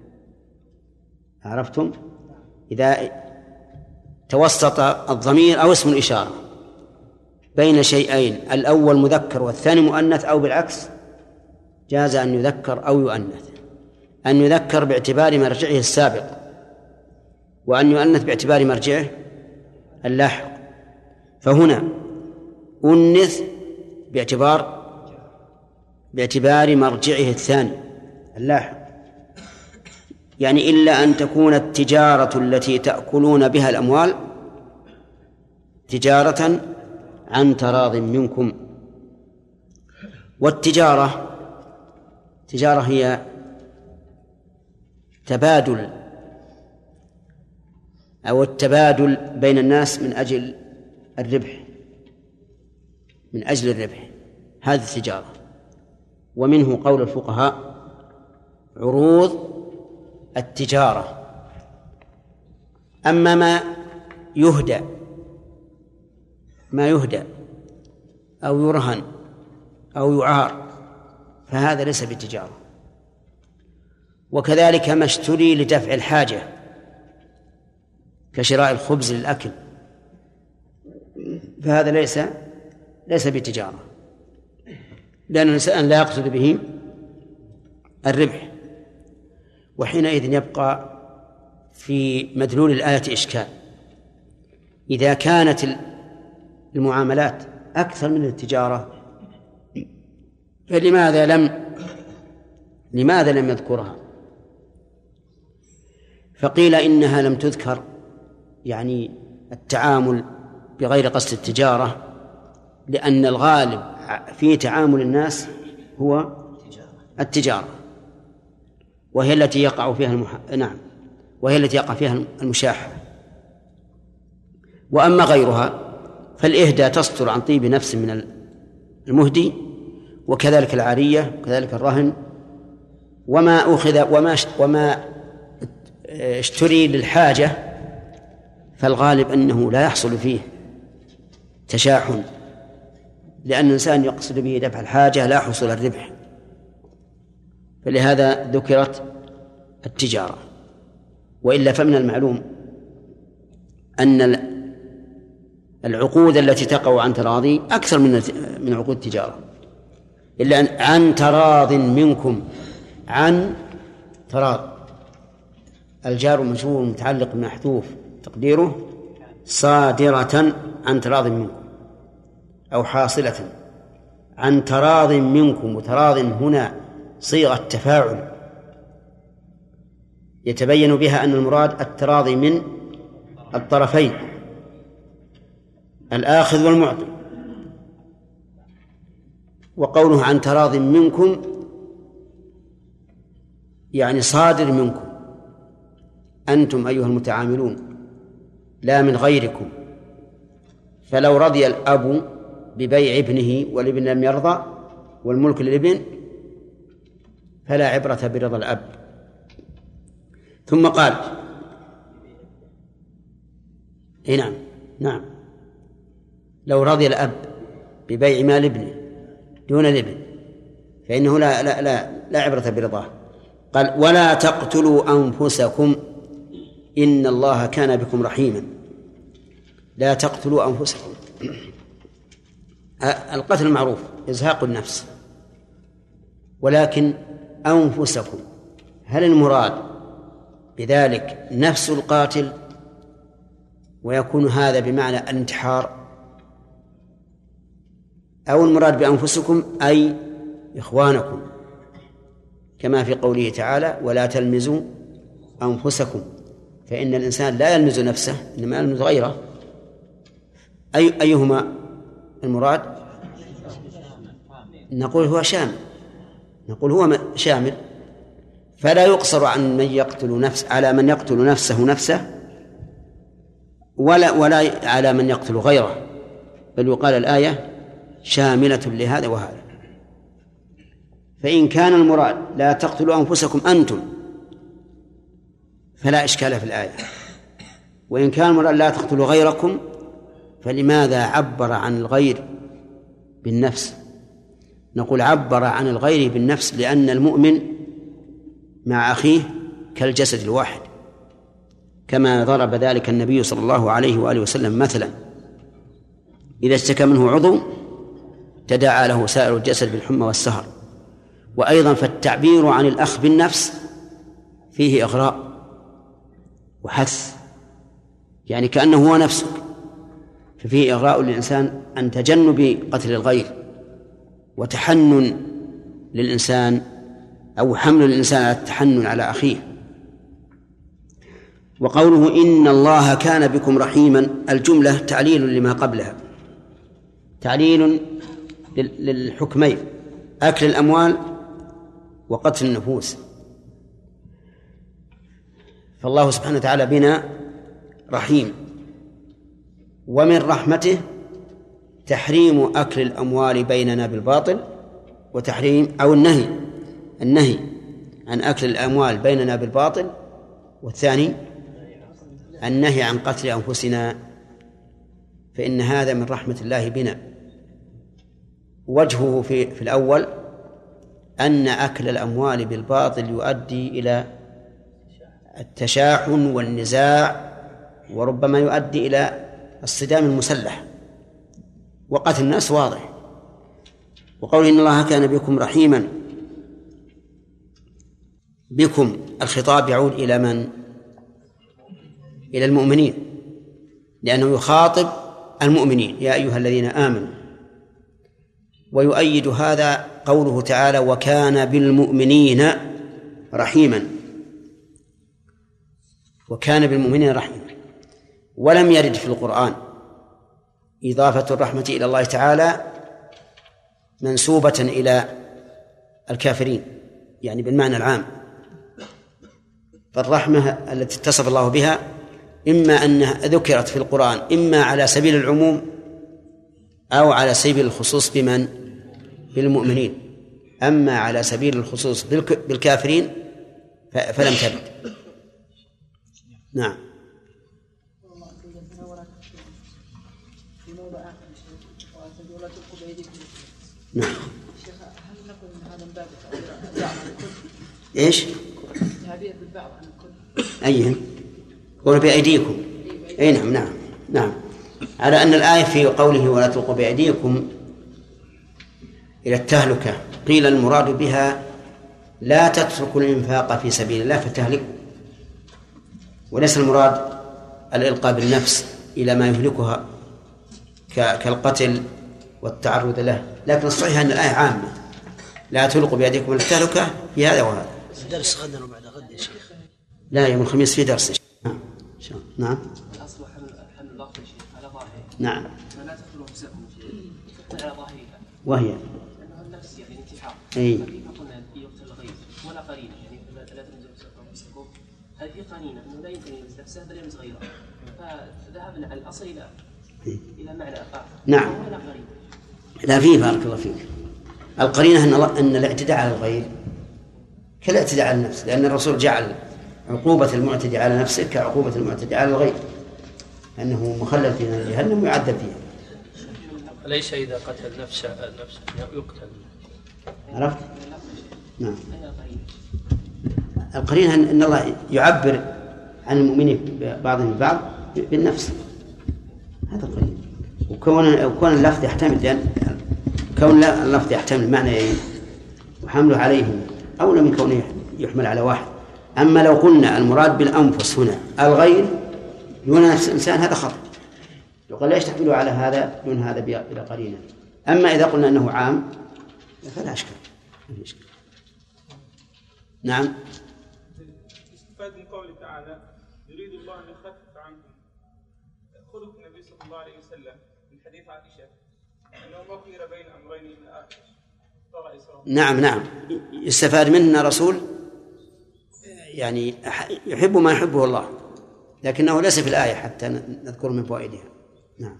عرفتم؟ إذا توسط الضمير أو اسم الإشارة بين شيئين الأول مذكر والثاني مؤنث أو بالعكس جاز أن يذكر أو يؤنث، أن يذكر باعتبار مرجعه السابق، وأن يؤنث باعتبار مرجعه اللاحق. فهنا أنث باعتبار باعتبار مرجعه الثاني اللاحق، يعني إلا أن تكون التجارة التي تأكلون بها الأموال تجارة عن تراض منكم. والتجارة تجارة هي تبادل أو التبادل بين الناس من أجل الربح، من أجل الربح، هذه التجارة. ومنه قول الفقهاء عروض التجارة. أما ما يهدى ما يهدى أو يرهن أو يعار فهذا ليس بالتجارة. وكذلك ما اشتري لدفع الحاجة كشراء الخبز للأكل فهذا ليس ليس بالتجارة، لأن الإنسان لا يقصد به الربح. وحينئذ يبقى في مدلول الآية إشكال، إذا كانت المعاملات أكثر من التجارة فلماذا لم لماذا لم يذكرها؟ فقيل إنها لم تذكر يعني التعامل بغير قصد التجارة، لأن الغالب في تعامل الناس هو التجارة، وهي التي يقع فيها المح... نعم وهي التي يقع فيها المشاحة. وأما غيرها فالإهداء تصدر عن طيب نفس من المهدي، وكذلك العارية وكذلك الرهن، وما أخذ وما وما اشتري للحاجة فالغالب أنه لا يحصل فيه تشاحن، لأن الإنسان يقصد به دفع الحاجة لا حصول الربح، فلهذا ذكرت التجارة. وإلا فمن المعلوم أن العقود التي تقع عن تراضي أكثر من من عقود التجارة، إلا أن عن تراض منكم، عن تراض الجار مجرور متعلق بمحذوف تقديره صادرة عن تراض منكم أو حاصلة عن تراض منكم. وتراض هنا صيغة تفاعل يتبين بها أن المراد التراضي من الطرفين الآخذ والمعطي. وقوله عن تراض منكم يعني صادر منكم أنتم أيها المتعاملون لا من غيركم. فلو رضي الأب ببيع ابنه والابن لم يرضى والملك للابن فلا عبرة برضا الأب. ثم قال إيه نعم نعم لو رضي الأب ببيع مال ابنه دون الابن فإنه لا لا لا لا عبرة برضاه. قال ولا تقتلوا أنفسكم إن الله كان بكم رحيما. لا تقتلوا أنفسكم. القتل معروف إزهاق النفس، ولكن أنفسكم هل المراد بذلك نفس القاتل ويكون هذا بمعنى الانتحار، أو المراد بأنفسكم أي إخوانكم كما في قوله تعالى ولا تلمزوا أنفسكم، فإن الإنسان لا يلمز نفسه إنما يلمز غيره. أي أيهما المراد؟ نقول هو شامل نقول هو شامل فلا يقصر عن من يقتل نفس على من يقتل نفسه نفسه ولا ولا على من يقتل غيره، بل يقال الآية شاملة لهذا وهذا. فإن كان المراد لا تقتلوا أنفسكم أنتم فلا إشكال في الآية، وإن كان المراد لا تقتلوا غيركم فلماذا عبر عن الغير بالنفس؟ نقول عبر عن الغير بالنفس لأن المؤمن مع أخيه كالجسد الواحد، كما ضرب ذلك النبي صلى الله عليه وآله وسلم مثلا إذا اشتكى منه عضو تداعى له سائر الجسد بالحمى والسهر. وأيضا فالتعبير عن الأخ بالنفس فيه إغراء وحث، يعني كأنه هو نفسك، ففيه إغراء للإنسان عن تجنب قتل الغير وتحنن للإنسان أو حمل الإنسان على التحنن على أخيه. وقوله إن الله كان بكم رحيما الجملة تعليل لما قبلها، تعليل للحكمين أكل الأموال وقتل النفوس. فالله سبحانه وتعالى بنا رحيم، ومن رحمته تحريم أكل الأموال بيننا بالباطل وتحريم أو النهي النهي عن أكل الأموال بيننا بالباطل، والثاني النهي عن قتل أنفسنا، فإن هذا من رحمة الله بنا. وجهه في, في الأول أن أكل الأموال بالباطل يؤدي إلى التشاحن والنزاع وربما يؤدي إلى الصدام المسلح وقتل الناس واضح. وقول إن الله كان بكم رحيما، بكم الخطاب يعود إلى من؟ إلى المؤمنين، لأنه يخاطب المؤمنين يا أيها الذين آمنوا. ويؤيد هذا قوله تعالى وكان بالمؤمنين رحيما، وكان بالمؤمنين رحيما. ولم يرد في القرآن إضافة الرحمة إلى الله تعالى منسوبة إلى الكافرين، يعني بالمعنى العام. فالرحمة التي اتصف الله بها إما أنها ذكرت في القرآن إما على سبيل العموم أو على سبيل الخصوص بمن؟ بالمؤمنين. أما على سبيل الخصوص بالكافرين فلم ترد. نعم. نعم. ايش؟ تعبير بالبعض عن الكل. أيهم؟ قولوا بأيديكم. أي نعم نعم نعم. على أن الآية في قوله ولا تلقوا بأيديكم إلى التهلكة قيل المراد بها لا تتركوا الإنفاق في سبيل الله فتهلكوا، وليس المراد الإلقاء بالنفس إلى ما يهلكها كالقتل والتعرض له. لكن الصحيح أن الآية عامة لا تلقوا بأيديكم إلى التهلكة في هذا وهذا. درس غدا وبعد غد يا شيخ. لا يوم الخميس في درس. نعم. نعم. الأصل حمل حمل اللفظ على ظاهره. نعم. فلا تدخلوا أنفسكم تحمل على ظاهرها. وهي. لأنه النفس يعني الانتحار. أي. فكيف قلنا يقتل الغيظ ولا قرينة يعني لا تنزلوا أنفسكم. هذه قرينة أنه لا يمكن أن يمس نفسه بل يمس غيره. فذهبنا على الأصل إلى إلى معنى آخر. نعم. ولا قرينة. لا فيه بارك الله فيك. القرينة أن أن الاعتداء على الغير كالاعتداء على النفس، لأن الرسول جعل عقوبة المعتدي على نفسه كعقوبة المعتدي على الغير، أنه مخلد في نار جهنم ويعذب فيها. ليس إذا قتل نفسه نفسه يقتل. عرفت؟ نعم. القرينة أن الله يعبر عن المؤمنين بعضهم البعض بالنفس، هذا القرينة. وكون وكون اللفظ يحتمل، لأن كون اللفظ يحتمل معنيين وحمله عليهم أولى من كونه يحمل على واحد. أما لو قلنا المراد بالأنفس هنا الغير دون نفس الإنسان هذا خطأ، يقول ليش تحمله على هذا دون هذا بلا قرينة. أما إذا قلنا أنه عام فلا أشكال. نعم. استفاد من قوله تعالى يريد الله أن يخفف عنكم. خلق النبي صلى الله عليه وسلم من حديث عائشة أنه ما خير بين أمرين من آخر. نعم نعم. يستفاد منه رسول يعني يحب ما يحبه الله، لكنه ليس في الآية حتى نذكر من فوائدها. نعم.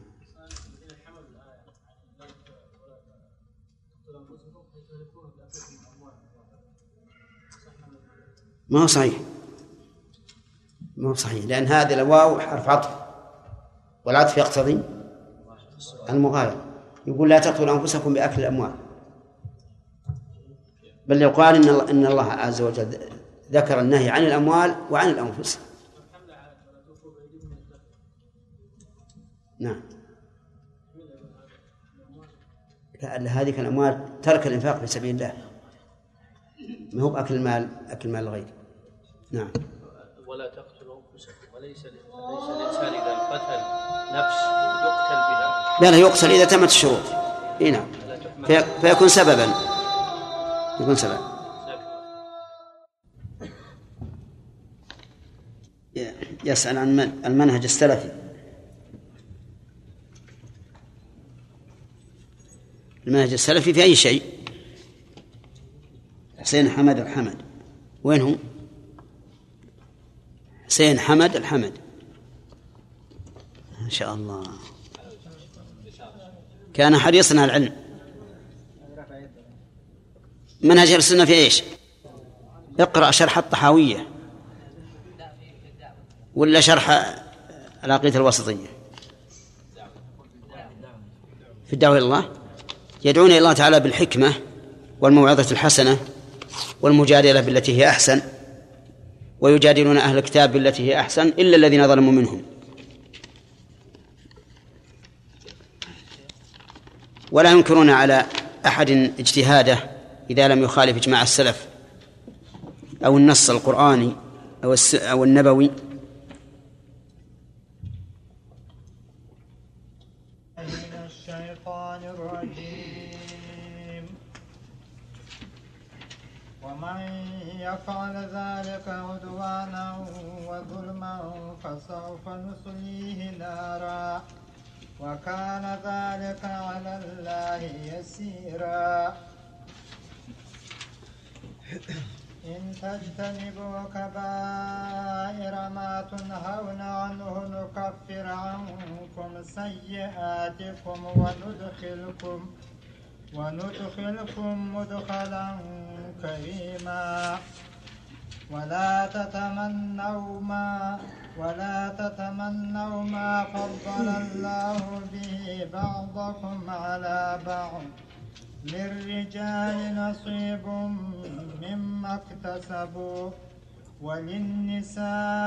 ما هو صحيح، ما هو صحيح، لأن هذا الواو حرف عطف، والعطف يقتضي المغايرة. يقول لا تقتلوا أنفسكم بأكل الأموال، بل يقال إن الله, إن الله عز وجل ذكر النهي عن الأموال وعن الأنفس. نعم. هذه الأموال ترك الإنفاق في سبيل الله، ما هو أكل المال، أكل مال الغير. نعم. ولا تقتلوا أنفسكم، وليس ليس الإنسان إذا قتل نفس يقتل بها. لا لا، يقتل إذا تمت الشروط. إيه نعم. في فيكون سببا، يكون سبب. يسأل عن المنهج السلفي. المنهج السلفي في أي شيء؟ حسين حمد الحمد، وين هو؟ حسين حمد الحمد، ما شاء الله، كان حريصا على العلم. منهج السنة في إيش؟ اقرأ شرح الطحاوية ولا شرح العقيدة الوسطية؟ في الدعوة إلى الله يدعون إلى الله تعالى بالحكمة والموعظة الحسنة والمجادلة بالتي هي أحسن، ويجادلون أهل الكتاب بالتي هي أحسن إلا الذين ظلموا منهم، ولا ينكرون على أحد اجتهاده إذا لم يخالف إجماع السلف أو النص القرآني أو أو النبوي. الشيطان الرجيم ومن يفعل ذلك عدوانا وظلما فسوف نصليه نارا وكان ذلك على الله يسيرا إن تجتنبوا كبائر ما تنهون عنه نكفر عنكم سيئاتكم وندخلكم وندخلكم مدخلا كريما ولا تتمنوا ما ولا تتمنوا ما فضل الله به بعضكم على بعض للرجال نصيب مما اكتسبوا وللنساء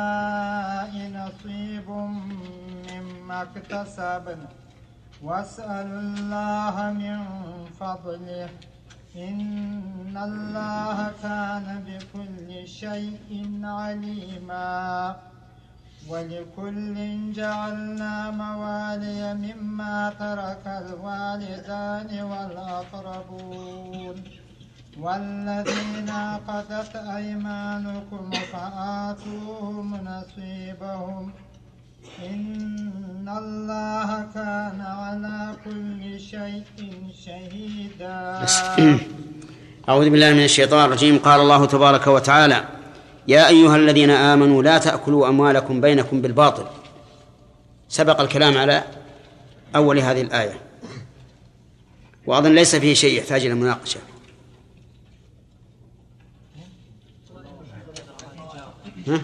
نصيب مما اكتسبن واسألوا الله من فضله إن الله كان بكل شيء عليما ولكل جعلنا موالي مما ترك الوالدان والأقربون والذين عقدت أيمانكم فآتوهم نصيبهم إن الله كان على كل شيء شهيدا. أعوذ بالله من الشيطان الرجيم. قال الله تبارك وتعالى: يا أيها الذين آمنوا لا تأكلوا أموالكم بينكم بالباطل. سبق الكلام على أول هذه الآية، وأظن ليس فيه شيء يحتاج إلى مناقشة. ها؟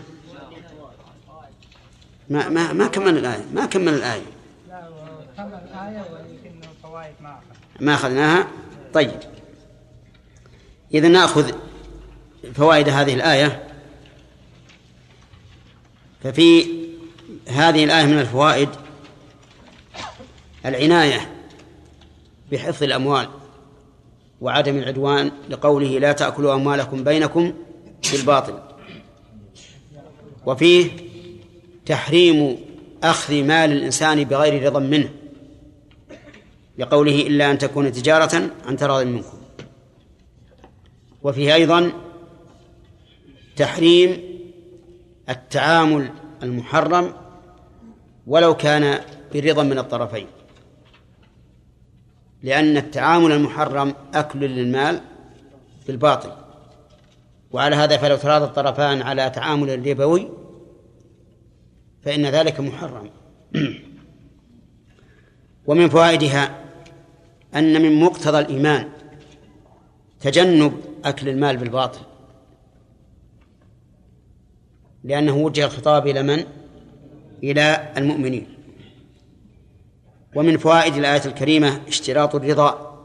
ما ما ما كمل الآية ما كمل الآية لا كمل الآية ولكن الفوائد ما ما أخذناها. طيب، إذا نأخذ فوائد هذه الآية. ففي هذه الآية من الفوائد العناية بحفظ الأموال وعدم العدوان، لقوله لا تأكلوا أموالكم بينكم بالباطل. وفيه تحريم أخذ مال الإنسان بغير رضا منه، لقوله إلا أن تكون تجارة عن تراض منكم. وفيه أيضا تحريم التعامل المحرم ولو كان برضا من الطرفين، لأن التعامل المحرم أكل للمال بالباطل، وعلى هذا فلو تراضى الطرفان على تعامل ربوي فإن ذلك محرم. ومن فوائدها أن من مقتضى الإيمان تجنب أكل المال بالباطل، لأنه وجه الخطاب إلى من؟ إلى المؤمنين. ومن فوائد الآية الكريمة اشتراط الرضا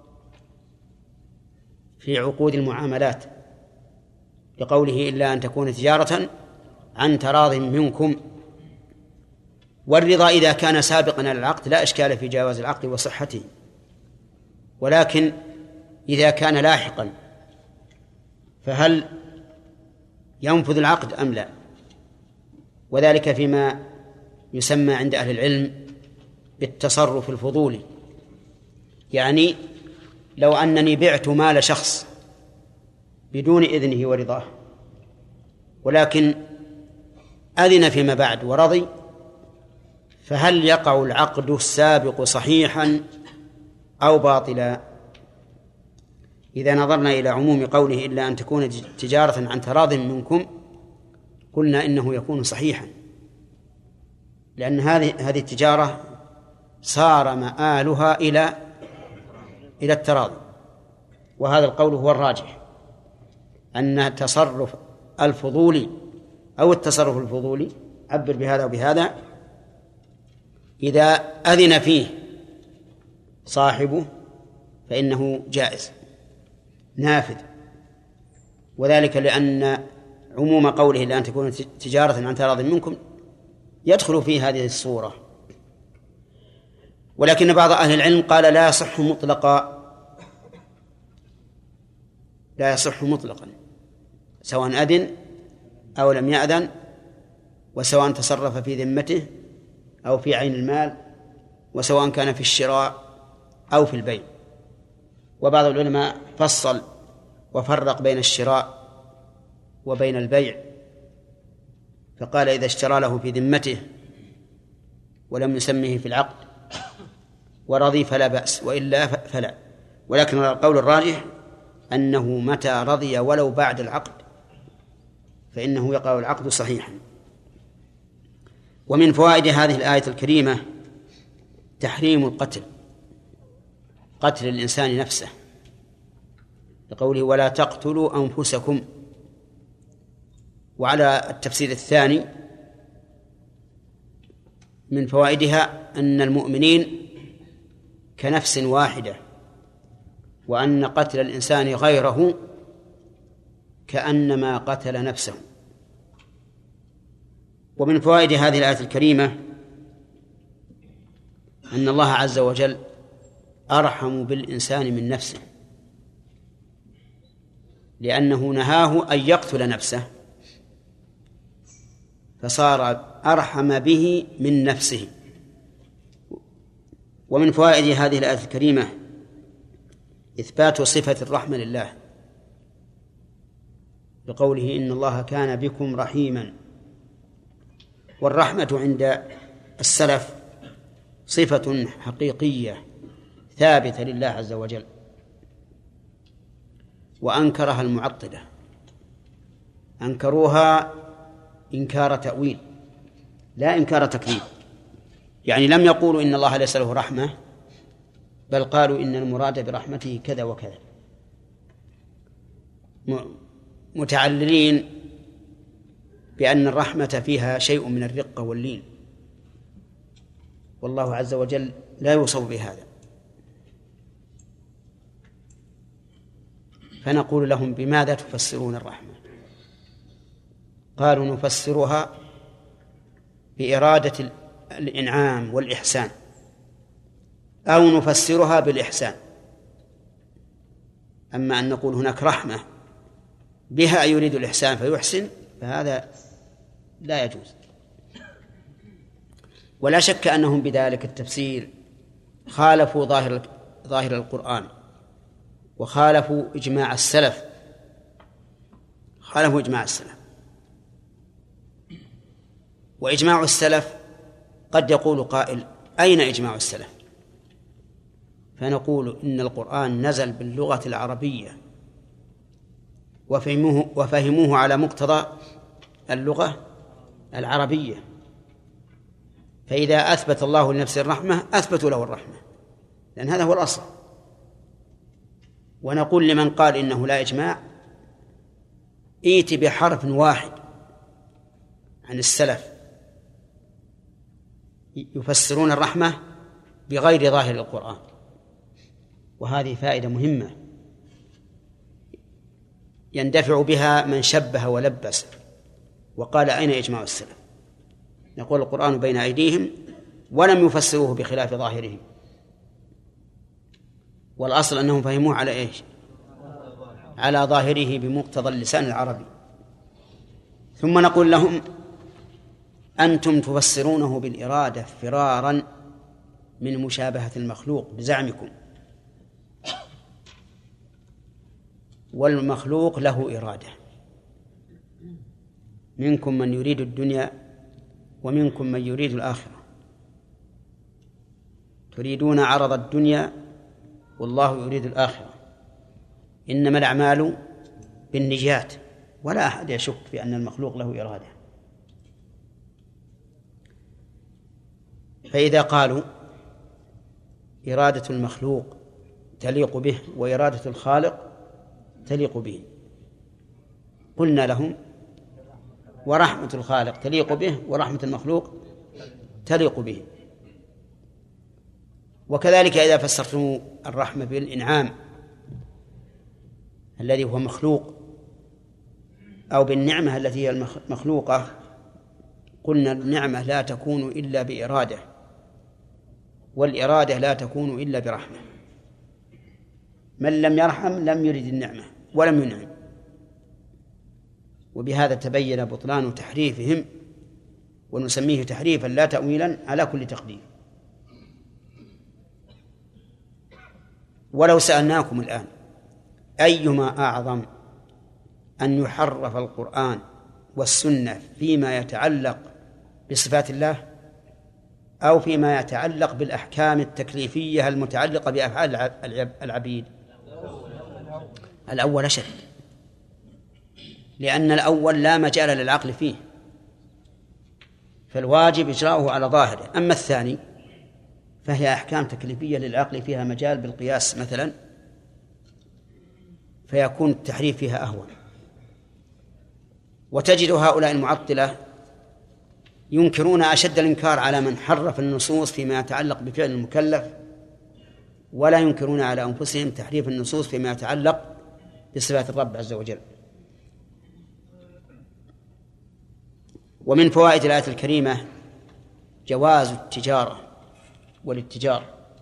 في عقود المعاملات، لقوله إلا أن تكون تجارة عن تراض منكم. والرضا إذا كان سابقا على العقد لا إشكال في جواز العقد وصحته، ولكن إذا كان لاحقا فهل ينفذ العقد أم لا؟ وذلك فيما يسمى عند أهل العلم بالتصرف الفضولي. يعني لو أنني بعت مال شخص بدون إذنه ورضاه، ولكن أذن فيما بعد ورضي، فهل يقع العقد السابق صحيحا أو باطلا؟ إذا نظرنا إلى عموم قوله إلا أن تكون تجارة عن تراض منكم، قلنا إنه يكون صحيحا، لأن هذه هذه التجارة صار مآلها إلى إلى التراضي. وهذا القول هو الراجح، أن التصرف الفضولي أو التصرف الفضولي، عبر بهذا وبهذا، إذا أذن فيه صاحبه فإنه جائز نافذ. وذلك لأن عموم قوله لأن تكون تجارة عن تراض منكم يدخل في هذه الصورة. ولكن بعض أهل العلم قال لا يصح مطلقا، لا يصح مطلقا سواء أذن أو لم يأذن، وسواء تصرف في ذمته أو في عين المال، وسواء كان في الشراء أو في البيع. وبعض العلماء فصل وفرق بين الشراء وبين البيع، فقال إذا اشترى له في ذمته ولم يسمه في العقد ورضي فلا بأس، وإلا فلا. ولكن القول الراجح أنه متى رضي ولو بعد العقد فإنه يقع العقد صحيحا. ومن فوائد هذه الآية الكريمة تحريم القتل، قتل الإنسان نفسه، لقوله ولا تقتلوا أنفسكم. وعلى التفسير الثاني من فوائدها أن المؤمنين كنفس واحدة، وأن قتل الإنسان غيره كأنما قتل نفسه. ومن فوائد هذه الآية الكريمة أن الله عز وجل أرحم بالإنسان من نفسه، لأنه نهاه أن يقتل نفسه فصار أرحم به من نفسه. ومن فوائد هذه الآية الكريمة إثبات صفة الرحمة لله بقوله إن الله كان بكم رحيما. والرحمة عند السلف صفة حقيقية ثابتة لله عز وجل، وأنكرها المعطلة، أنكروها إنكار تأويل لا إنكار تكذيب. يعني لم يقولوا إن الله ليس له رحمة، بل قالوا إن المراد برحمته كذا وكذا، متعللين بأن الرحمة فيها شيء من الرقة واللين، والله عز وجل لا يوصف بهذا. فنقول لهم بماذا تفسرون الرحمة؟ قالوا نفسرها بإرادة الإنعام والإحسان، أو نفسرها بالإحسان. أما أن نقول هناك رحمة بها يريد الإحسان فيحسن فهذا لا يجوز. ولا شك أنهم بذلك التفسير خالفوا ظاهر ظاهر القرآن، وخالفوا إجماع السلف خالفوا إجماع السلف وإجماع السلف قد يقول قائل أين إجماع السلف؟ فنقول إن القرآن نزل باللغة العربية وفهموه, وفهموه على مقتضى اللغة العربية، فإذا أثبت الله لنفسه الرحمة أثبتوا له الرحمة، لأن هذا هو الأصل. ونقول لمن قال إنه لا إجماع ائت بحرف واحد عن السلف يفسرون الرحمة بغير ظاهر القرآن، وهذه فائدة مهمة يندفع بها من شبه ولبس وقال أين إجماع السلف؟ يقول القرآن بين أيديهم ولم يفسروه بخلاف ظاهرهم، والأصل أنهم فهموه على إيش؟ على ظاهره بمقتضى اللسان العربي. ثم نقول لهم أنتم تفسرونه بالإرادة فرارا من مشابهة المخلوق بزعمكم، والمخلوق له إرادة، منكم من يريد الدنيا ومنكم من يريد الآخرة، تريدون عرض الدنيا والله يريد الآخرة، إنما الأعمال بالنيات، ولا أحد يشك في أن المخلوق له إرادة. فإذا قالوا إرادة المخلوق تليق به وإرادة الخالق تليق به، قلنا لهم ورحمة الخالق تليق به ورحمة المخلوق تليق به. وكذلك إذا فسرتم الرحمة بالإنعام الذي هو مخلوق أو بالنعمة التي هي المخلوقة، قلنا النعمة لا تكون إلا بإرادة، والإرادة لا تكون إلا برحمة. من لم يرحم لم يرد النعمة ولم ينعم. وبهذا تبين بطلان تحريفهم، ونسميه تحريفا لا تأويلا على كل تقدير. ولو سألناكم الآن أيما أعظم أن يحرف القرآن والسنة فيما يتعلق بصفات الله أو فيما يتعلق بالأحكام التكليفية المتعلقة بأفعال العبيد؟ الأول أشد، لأن الأول لا مجال للعقل فيه، فالواجب إجراؤه على ظاهره. أما الثاني فهي أحكام تكليفية للعقل فيها مجال بالقياس مثلا، فيكون التحريف فيها أهون. وتجد هؤلاء المعطلة ينكرون أشد الإنكار على من حرف النصوص فيما يتعلق بفعل المكلف، ولا ينكرون على أنفسهم تحريف النصوص فيما يتعلق بصفات الرب عز وجل. ومن فوائد الآية الكريمة جواز التجارة والاتجار،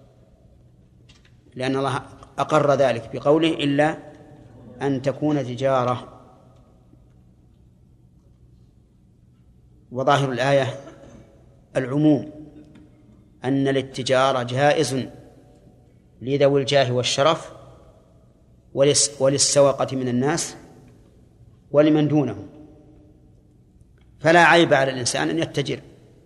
لأن الله أقر ذلك بقوله إلا أن تكون تجارة. وظاهر الآية العموم، أن الاتجار جائز لذوي الجاه والشرف وللسوقة من الناس ولمن دونهم، فلا عيب على الإنسان أن يتجر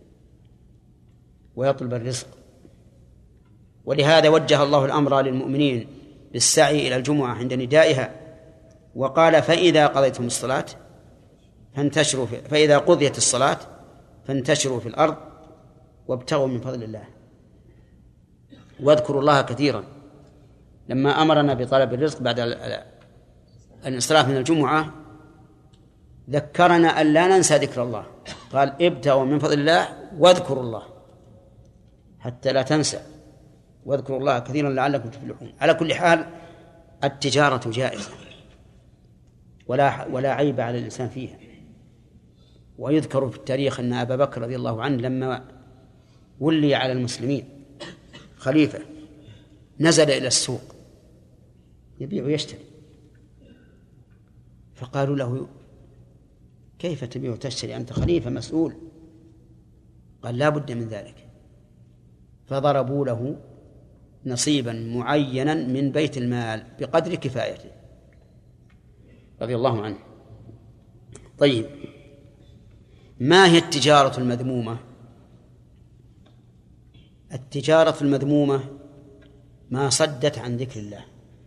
ويطلب الرزق. ولهذا وجه الله الأمر للمؤمنين بالسعي إلى الجمعة عند ندائها، وقال فإذا قضيتم الصلاة فانتشروا في فإذا قضيت الصلاة فانتشروا في الأرض وابتغوا من فضل الله واذكروا الله كثيرا. لما أمرنا بطلب الرزق بعد الانصراف من الجمعة ذكرنا أن لا ننسى ذكر الله، قال ابتغوا من فضل الله واذكروا الله حتى لا تنسى، واذكروا الله كثيرا لعلكم تفلحون. على كل حال التجارة جائزة ولا ولا عيب على الإنسان فيها. ويذكر في التاريخ أن أبا بكر رضي الله عنه لما ولي على المسلمين خليفة نزل إلى السوق يبيع ويشتري، فقالوا له كيف تبيع وتشتري أنت خليفة مسؤول؟ قال لا بد من ذلك، فضربوا له نصيبا معينا من بيت المال بقدر كفايته رضي الله عنه. طيب، ما هي التجارة المذمومة؟ التجارة المذمومة ما صدت عن ذكر الله،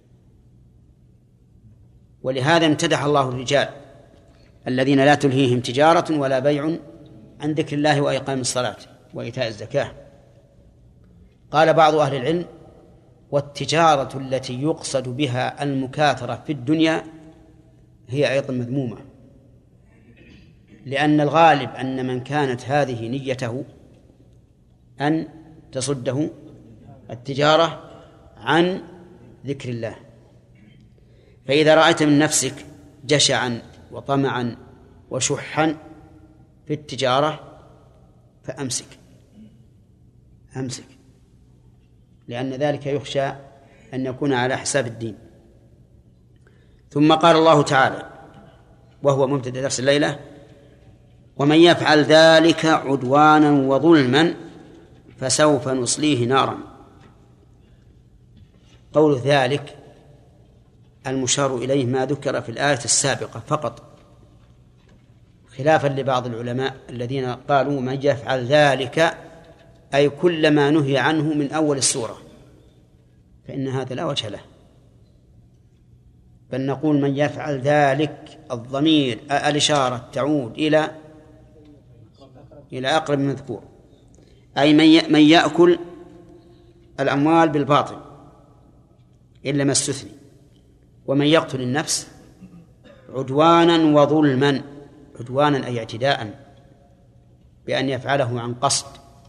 ولهذا امتدح الله الرجال الذين لا تلهيهم تجارة ولا بيع عن ذكر الله وإقام الصلاة وإيتاء الزكاة. قال بعض أهل العلم والتجارة التي يقصد بها المكاثرة في الدنيا هي أيضا مذمومة، لأن الغالب أن من كانت هذه نيته أن تصده التجارة عن ذكر الله. فإذا رأيت من نفسك جشعا وطمعا وشحا في التجارة فأمسك أمسك لأن ذلك يخشى أن يكون على حساب الدين. ثم قال الله تعالى وهو مبتدأ درس الليلة ومن يفعل ذلك عدوانا وظلما فسوف نصليه نارا. قول ذلك المشار إليه ما ذكر في الآية السابقة فقط، خلافا لبعض العلماء الذين قالوا من يفعل ذلك أي كل ما نهي عنه من أول السورة، فإن هذا لا وجه له، بل نقول من يفعل ذلك الضمير الإشارة تعود إلى إلى أقرب من مذكور، أي من من يأكل الأموال بالباطل إلا ما استثني، ومن يقتل النفس عدوانا وظلما، عدوانا أي اعتداء بأن يفعله عن قصد،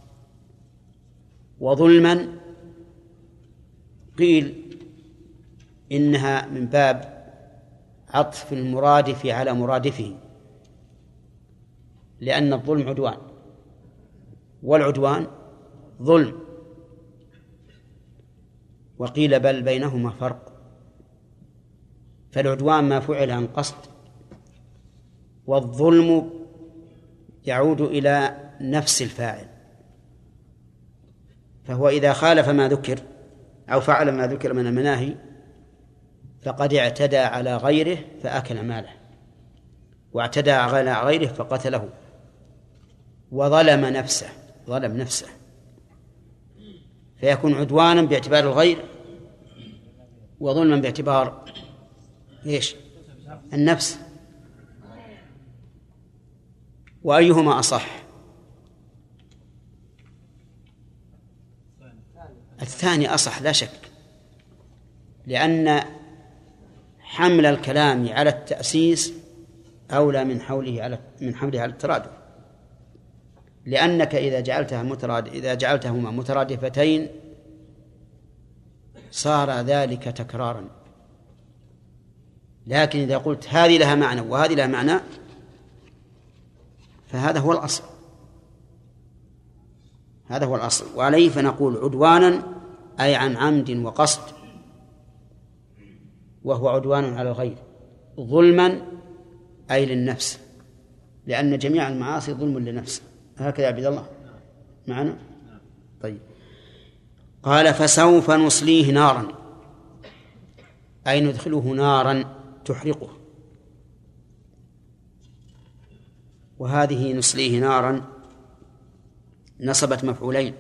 وظلما قيل إنها من باب عطف المرادف على مرادفه، لأن الظلم عدوان والعدوان ظلم، وقيل بل بينهما فرق، فالعدوان ما فعل عن قصد، والظلم يعود إلى نفس الفاعل، فهو إذا خالف ما ذكر أو فعل ما ذكر من المناهي فقد اعتدى على غيره فأكل ماله، واعتدى على غيره فقتله، وظلم نفسه ظلم نفسه، فيكون عدوانا باعتبار الغير وظلما باعتبار إيش؟ النفس. وأيهما أصح؟ الثاني أصح لا شك، لأن حمل الكلام على التأسيس أولى من حوله على من حمله على الترادف، لأنك إذا جعلتها متراد إذا جعلتهما مترادفتين صار ذلك تكرارا، لكن إذا قلت هذه لها معنى وهذه لها معنى فهذا هو الأصل، هذا هو الأصل. وعليه فنقول عدوانا أي عن عمد وقصد، وهو عدوان على الغير، ظلما أي للنفس، لأن جميع المعاصي ظلم للنفس. هكذا عبد الله معنا؟ طيب. قال فسوف نصليه نارا أي ندخله نارا تحرقه، وهذه نصليه نارا نصبت مفعولين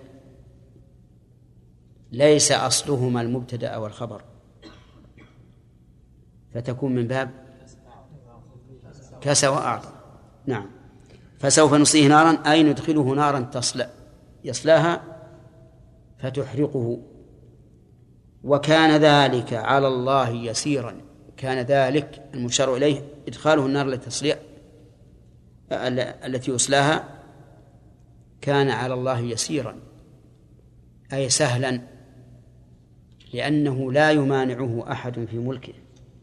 ليس أصلهما المبتدأ والخبر، فتكون من باب كسى وأعطى. نعم. فسوف نصليه نارا أي ندخله نارا تصلى يصلاها فتحرقه، وكان ذلك على الله يسيرا. كان ذلك المشار إليه إدخاله النار التي التي يصلاها كان على الله يسيرا أي سهلا، لأنه لا يمانعه أحد في ملكه.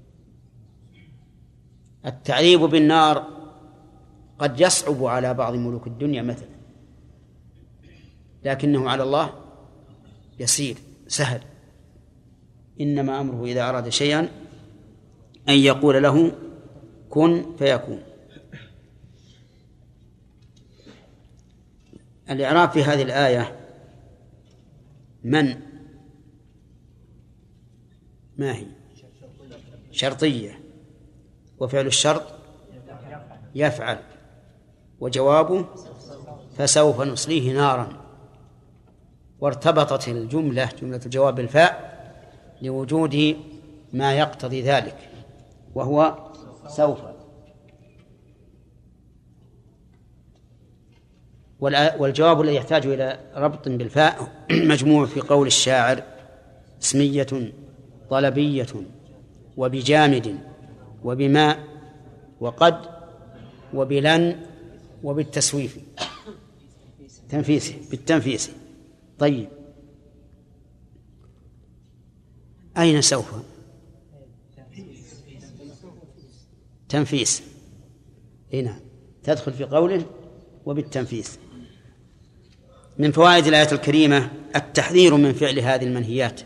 التعذيب بالنار قد يصعب على بعض ملوك الدنيا مثلا، لكنه على الله يسير سهل. إنما أمره إذا أراد شيئا أن يقول له كن فيكون. الإعراب في هذه الآية من ما هي؟ شرطية، وفعل الشرط يفعل، وجوابه فسوف نصليه نارا. وارتبطت الجملة جملة الجواب بالفاء لوجود ما يقتضي ذلك وهو سوف. والجواب الذي يحتاج إلى ربط بالفاء مجموع في قول الشاعر اسمية طلبية وبجامد وبماء وقد وبلن وبالتسويف تنفيسه بالتنفيس. طيب أين سوف؟ تنفيس هنا تدخل في قوله وبالتنفيس. من فوائد الآية الكريمة التحذير من فعل هذه المنهيات،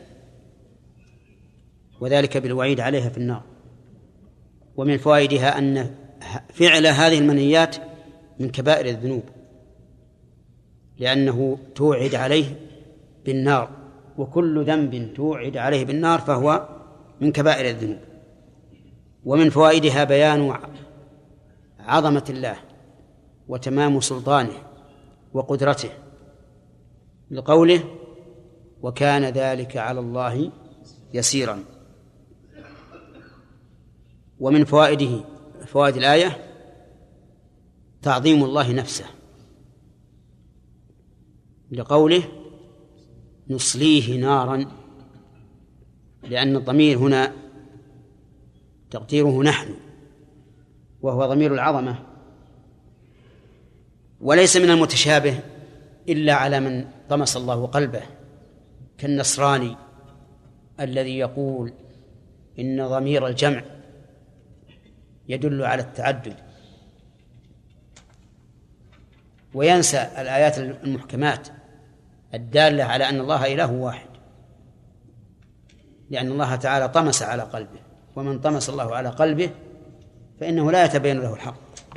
وذلك بالوعيد عليها في النار. ومن فوائدها أن فعل هذه المنهيات من كبائر الذنوب، لأنه توعد عليه بالنار، وكل ذنب توعد عليه بالنار فهو من كبائر الذنوب. ومن فوائدها بيان عظمة الله وتمام سلطانه وقدرته لقوله وكان ذلك على الله يسيرا. ومن فوائده فوائد الآية تعظيم الله نفسه لقوله نصليه نارا، لأن الضمير هنا تقديره نحن، وهو ضمير العظمة. وليس من المتشابه إلا على من طمس الله قلبه، كالنصراني الذي يقول إن ضمير الجمع يدل على التعدد، وينسى الآيات المحكمات الدالة على أن الله إله واحد، لأن الله تعالى طمس على قلبه، ومن طمس الله على قلبه فإنه لا يتبين له الحق.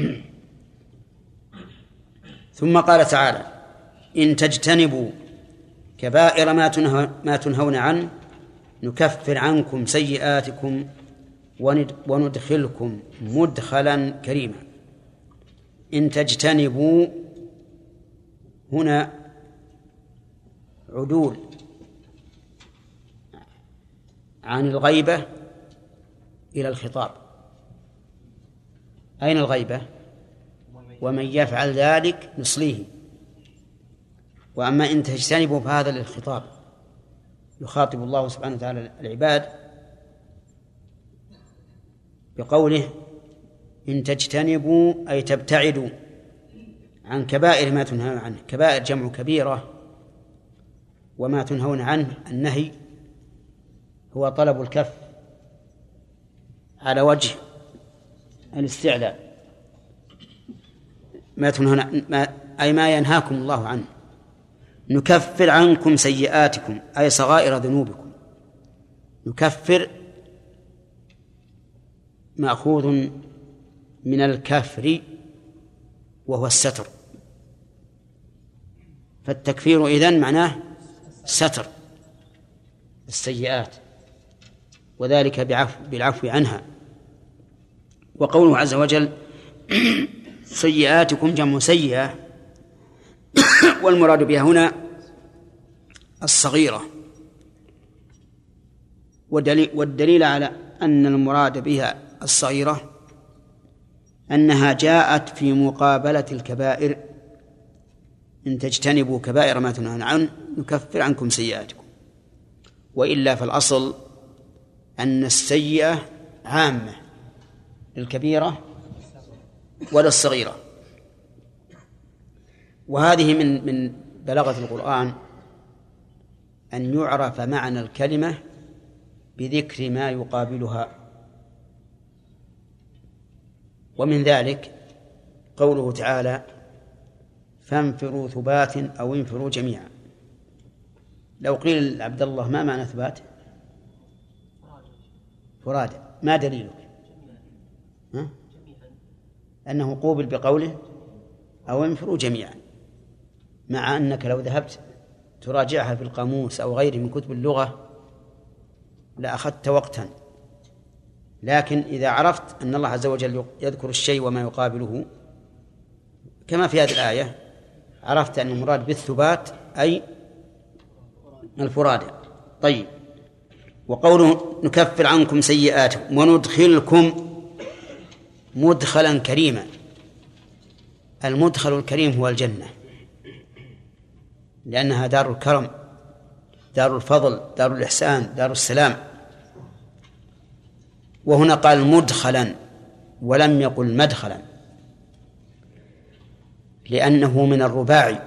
ثم قال تعالى إن تجتنبوا كبائر ما تنهون عنه نكفر عنكم سيئاتكم وندخلكم مدخلا كريما. إن تجتنبوا هنا عدول عن الغيبة إلى الخطاب. أين الغيبة؟ ومن يفعل ذلك نصليه. وأما إن تجتنبوا فهذا للخطاب، يخاطب الله سبحانه وتعالى العباد بقوله إن تجتنبوا أي تبتعدوا عن كبائر ما تنهون عنه. كبائر جمع كبيرة، وما تنهون عنه النهي هو طلب الكف على وجه الاستعلاء، ما تنهون ما أي ما ينهاكم الله عنه. نكفر عنكم سيئاتكم أي صغائر ذنوبكم. نكفر مأخوذ من الكفر وهو الستر، فالتكفير إذن معناه ستر السيئات، وذلك بعفو بالعفو عنها. وقوله عز وجل سيئاتكم جمع سيئة، والمراد بها هنا الصغيرة. والدليل على أن المراد بها الصغيرة أنها جاءت في مقابلة الكبائر. إن تجتنبوا كبائر ما تنهون عنه نكفر عنكم سيئاتكم. وإلا فالأصل أن السيئة عامة للكبيرة ولا الصغيرة. وهذه من من بلاغة القرآن أن يعرف معنى الكلمة بذكر ما يقابلها. ومن ذلك قوله تعالى فانفروا ثبات أو انفروا جميعا. لو قيل لعبد الله ما معنى ثبات؟ فرادى. ما دليلك؟ ها؟ أنه قوبل بقوله أو انفروا جميعا، مع أنك لو ذهبت تراجعها في القاموس أو غيره من كتب اللغة لأخذت وقتا. لكن إذا عرفت أن الله عز وجل يذكر الشيء وما يقابله كما في هذه الآية، عرفت أن المراد بالثبات أي الفرادى. طيب، وقوله نكفر عنكم سيئاتكم وندخلكم مدخلا كريما. المدخل الكريم هو الجنة، لأنها دار الكرم، دار الفضل، دار الإحسان، دار السلام. وهنا قال مدخلا ولم يقل مدخلا، لأنه من الرباعي،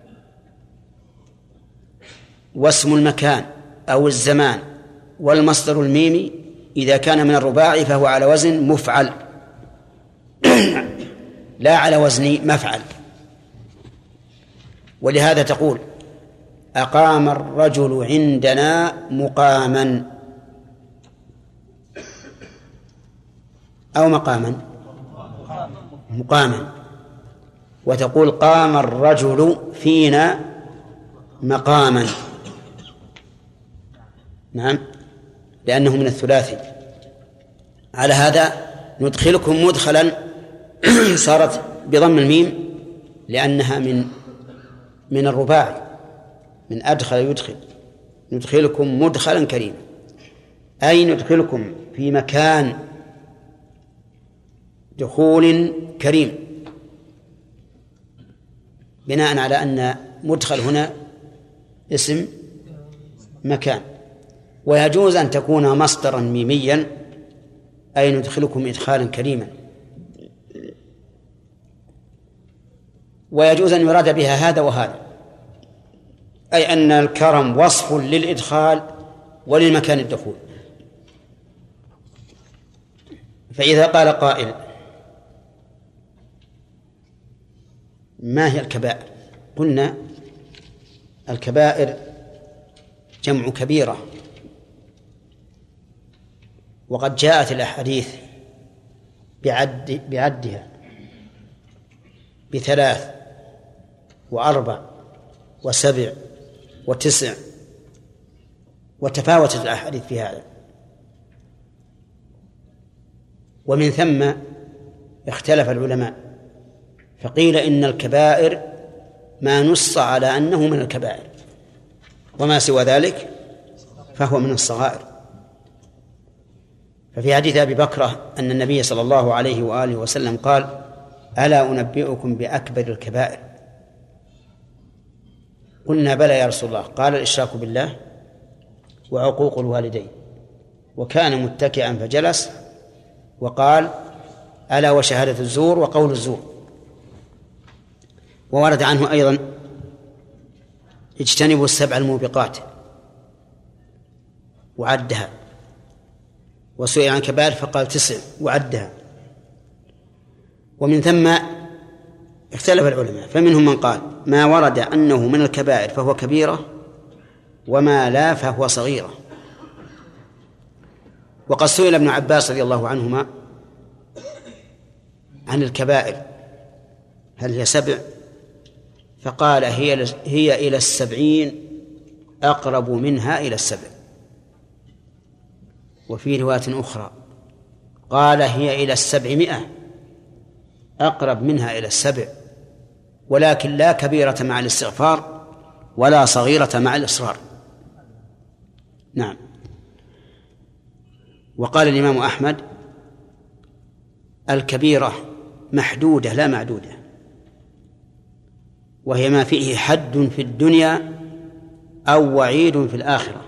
واسم المكان أو الزمان والمصدر الميمي إذا كان من الرباعي فهو على وزن مفعل لا على وزن مفعل. ولهذا تقول أقام الرجل عندنا مقاما أو مقاما مقاما، وتقول قام الرجل فينا مقاما. نعم، لأنه من الثلاثي. على هذا ندخلكم مدخلا صارت بضم الميم لأنها من من الرباعي، من أدخل يدخل. ندخلكم مدخلا كريما أي ندخلكم في مكان دخول كريم، بناء على أن مدخل هنا اسم مكان. ويجوز أن تكون مصدرا ميميا أي ندخلكم إدخالا كريما، ويجوز أن يراد بها هذا وهذا، أي أن الكرم وصف للإدخال وللمكان الدخول. فإذا قال قائل ما هي الكبائر؟ قلنا الكبائر جمع كبيرة، وقد جاءت الأحاديث بعد بعدها بثلاث وأربع وسبع وتسع وتفاوتت الأحاديث في هذا. ومن ثم اختلف العلماء فقيل إن الكبائر ما نص على أنه من الكبائر، وما سوى ذلك فهو من الصغائر. ففي حديث أبي بكرة أن النبي صلى الله عليه وآله وسلم قال: ألا أنبئكم بأكبر الكبائر؟ قلنا: بلى يا رسول الله. قال: الإشراك بالله وعقوق الوالدين. وكان متكئا فجلس وقال: ألا وشهادة الزور وقول الزور. وورد عنه أيضا: اجتنبوا السبع الموبقات وعدها. وسئل عن كبائر فقال: تسع وعدها. ومن ثم اختلف العلماء، فمنهم من قال: ما ورد أنه من الكبائر فهو كبيرة، وما لا فهو صغيرة. وقد سئل ابن عباس رضي الله عنهما عن الكبائر هل هي سبع؟ فقال: هي هي إلى السبعين أقرب منها إلى السبع. وفي رواية أخرى قال: هي إلى السبعمائة أقرب منها إلى السبع، ولكن لا كبيرة مع الاستغفار ولا صغيرة مع الإصرار. نعم. وقال الإمام أحمد: الكبيرة محدودة لا معدودة، وهي ما فيه حد في الدنيا أو وعيد في الآخرة.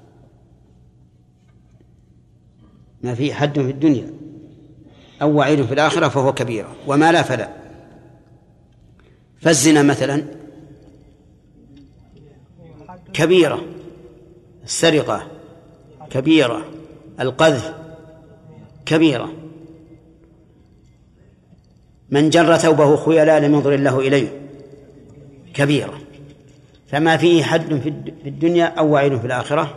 ما فيه حد في الدنيا أو وعيد في الآخرة فهو كبيرة، وما لا فلا. فالزنا مثلا كبيرة، السرقة كبيرة، القذف كبيرة، من جر ثوبه خيلاء لم ينظر الله إليه كبيرة. فما فيه حد في الدنيا أو وعيد في الآخرة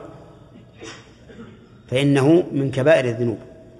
فإنه من كبائر الذنوب.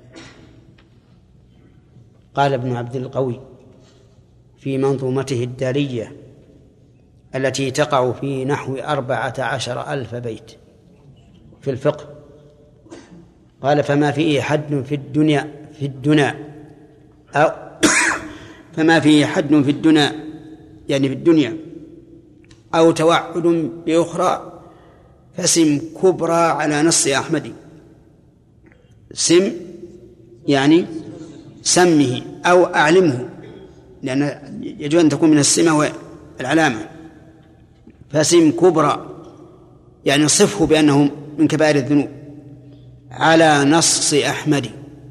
قال ابن عبد القوي في منظومته الدارية التي تقع في نحو أربعة عشر ألف بيت في الفقه، قال: فما فيه حد في الدنيا في الدنيا أو فما فيه حد في الدنيا يعني في الدنيا أو توعد بأخرى فسم كبرى على نص أحمد. سم يعني سمه أو أعلمه، لأن يجوز أن تكون من السمة والعلامة. فسم كبرى يعني صفه بأنه من كبائر الذنوب على نص أحمد.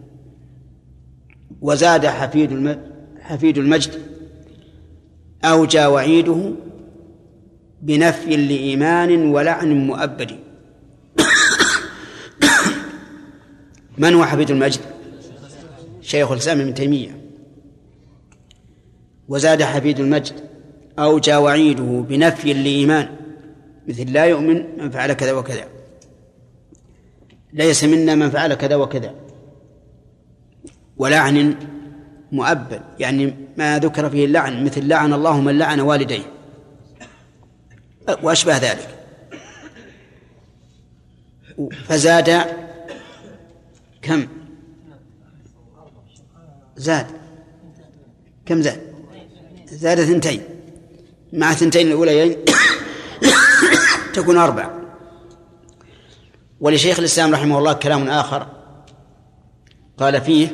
وزاد حفيد المجد, حفيد المجد أوجى وعيده بنفي لإيمان ولعن مؤبد. من هو حفيد المجد؟ شيخ الإسلام ابن تيمية. وزاد حفيد المجد أوجى وعيده بنفي لإيمان، مثل: لا يؤمن من فعل كذا وكذا، ليس منا من فعل كذا وكذا. ولعن مؤبد يعني ما ذكر فيه اللعن، مثل: لعن الله من لعن والديه وأشبه ذلك. فزاد كم؟ زاد كم زاد؟ زاد ثنتين، مع ثنتين الأوليين تكون أربع. ولشيخ الإسلام رحمه الله كلام آخر قال فيه: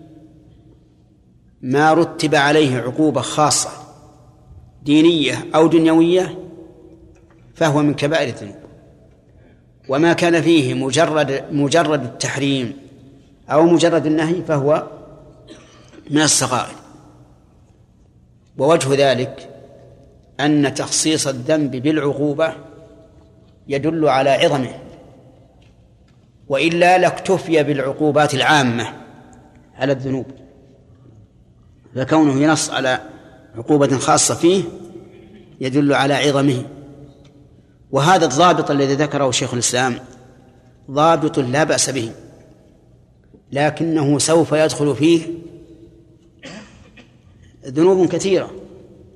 ما رتب عليه عقوبة خاصة دينية أو دنيوية فهو من كبائر الذنوب، وما كان فيه مجرد مجرد التحريم أو مجرد النهي فهو من الصغائر. ووجه ذلك أن تخصيص الذنب بالعقوبة يدل على عظمه، وإلا لاكتفي بالعقوبات العامة على الذنوب، فكونه ينص على عقوبة خاصة فيه يدل على عظمه. وهذا الضابط الذي ذكره شيخ الإسلام ضابط لا بأس به، لكنه سوف يدخل فيه ذنوب كثيرة،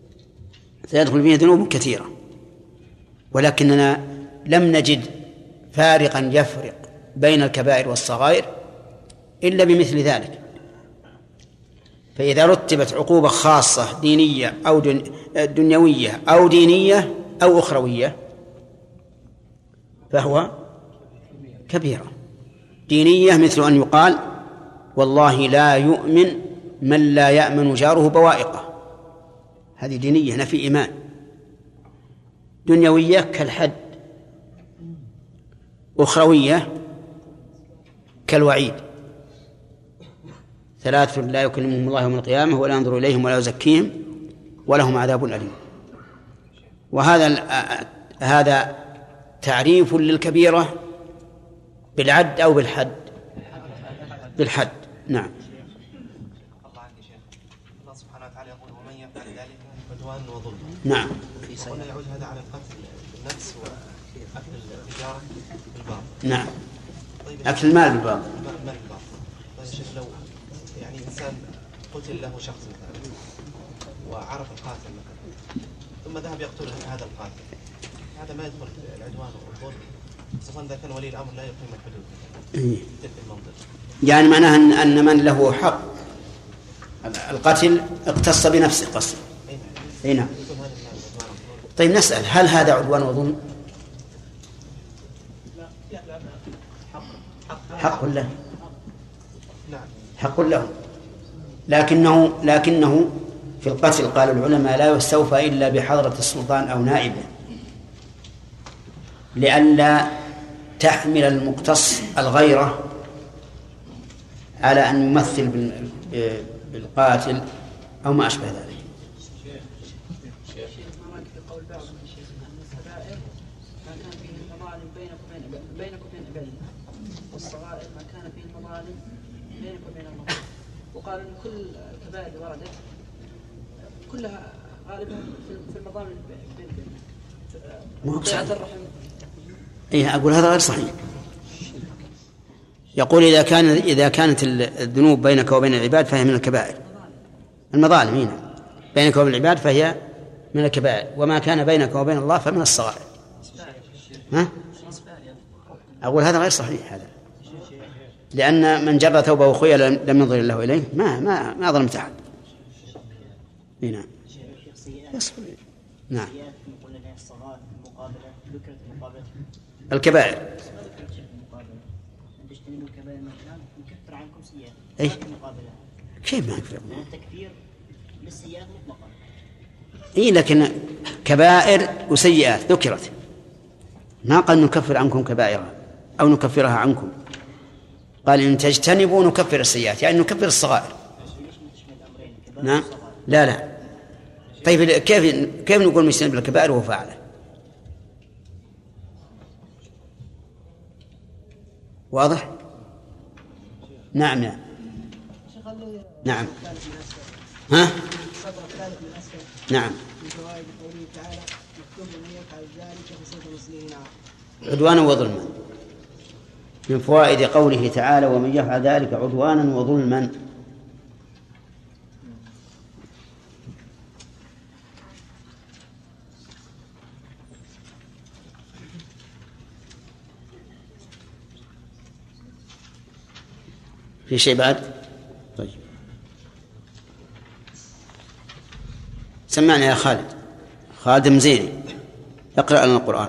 سيدخل فيه ذنوب كثيرة، ولكننا لم نجد فارقا يفرق بين الكبائر والصغائر إلا بمثل ذلك. فإذا رتبت عقوبة خاصة دينية أو دنيوية أو دينية أو أخروية فهو كبيرة. دينية مثل أن يقال والله لا يؤمن من لا يأمن جاره بوائقه، هذه دينية نفي إيمان. دنيوية كالحد. أخروية كالوعيد، ثلاثة لا يكلمهم الله يوم القيامة ولا ينظر إليهم ولا يزكيهم ولهم عذاب أليم. وهذا هذا تعريف للكبيرة بالعد أو بالحد. بالحد نعم. الله سبحانه وتعالى يقول ومن يفعل ذلك عدوان وظلم. نعم. وقلنا يعود هذا على القتل بالنفس وأكل التجارة بالباطل. نعم. طيب أكل المال بالباطل. المال بالباطل. طيب شيخ لو يعني إنسان قتل له شخص مثلا وعرف القاتل مثلا ثم ذهب يقتل هذا القاتل، هذا ما يدخل في العدوان والظلم، خصوصا إذا كان ولي الأمر لا يقيم الحدود في تلك المنطقة. يعني معناها أن أن من له حق القتل اقتص بنفسه قصد. أي نعم. طيب نسأل هل هذا عدوان وظلم؟ حق له، حق له، لكنه لكنه في القتل قال العلماء لا يستوفى إلا بحضرة السلطان أو نائبه، لئلا تحمل المقتص الغيرة على أن يمثل بالقاتل أو ما أشبه ذلك. بينك وبين عبادك، والصغائر ما كان فيه المظالم بينك وبين الله. وقال ان كل الكبائر اللي وردت كلها غالبا في المظالم بين مو صحيح. اي اقول هذا غير صحيح. يقول اذا كان اذا كانت الذنوب بينك وبين العباد فهي من الكبائر. المظالم هنا بينك وبين العباد فهي من الكبائر، وما كان بينك وبين الله فمن الصغائر. ها؟ أقول هذا غير صحيح هذا، لأن من جر ثوبه خيلا لم ينظر الله إليه ما ما ما ظلمت أحد. نعم. نعم. الكبائر. أي. كيف ما يكفر؟ التكفير للسيئات مطلقا. إيه لكن كبائر وسيئات ذكرت، ما قال نكفر عنكم كبائرها أو نكفرها عنكم، قال إن تجتنبوا نكفر السيئات، يعني نكفر الصغائر. نعم. لا لا. طيب كيف كيف نقول مجتنب الكبائر وهو فاعله؟ واضح؟ نعم نعم. نعم. ها؟ نعم. عدوانا وظلما. من فوائد قوله تعالى ومن يفعل ذلك عدوانا وظلما. في شيء بعد؟ طيب سمعنا يا خالد. خالد مزيني اقرأ لنا القرآن.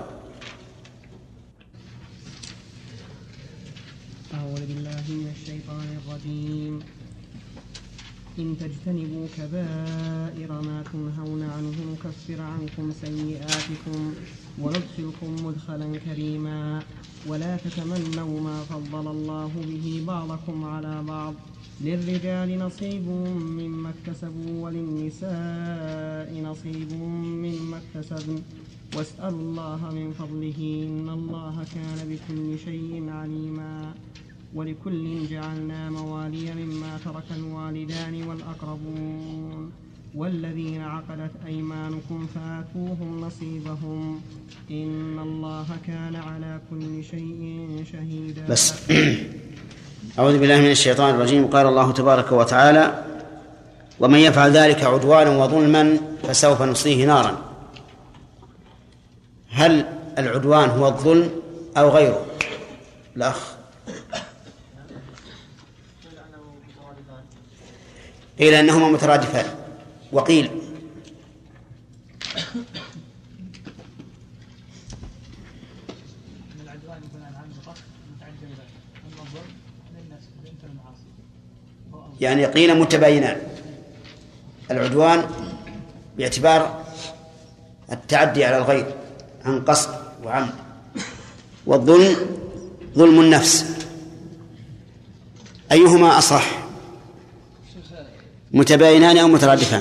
أعوذ بالله من الشيطان الرجيم. إن تجتنبوا كبائر ما تنهون عنه نكفر عنكم سيئاتكم وندخلكم مدخلا كريما ولا تتمنوا ما فضل الله به بعضكم على بعض للرجال نصيب مما اكتسبوا وللنساء نصيب مما اكتسبن واسألوا الله من فضله إن الله كان بكل شيء عليما ولكل جعلنا موالي مما ترك الوالدان والأقربون والذين عقدت أيمانكم فآتوهم نصيبهم إن الله كان على كل شيء شهيدا. بس أعوذ بالله من الشيطان الرجيم. قال الله تبارك وتعالى ومن يفعل ذلك عدوانا وظلما فسوف نصليه نارا. هل العدوان هو الظلم أو غيره؟ الأخ. قيل أنهما مترادفان، وقيل يعني قيل متباينان، العدوان باعتبار التعدي على الغير عن قصد وعمد، والظلم ظلم النفس. أيهما أصح، متباينان أو مترادفان؟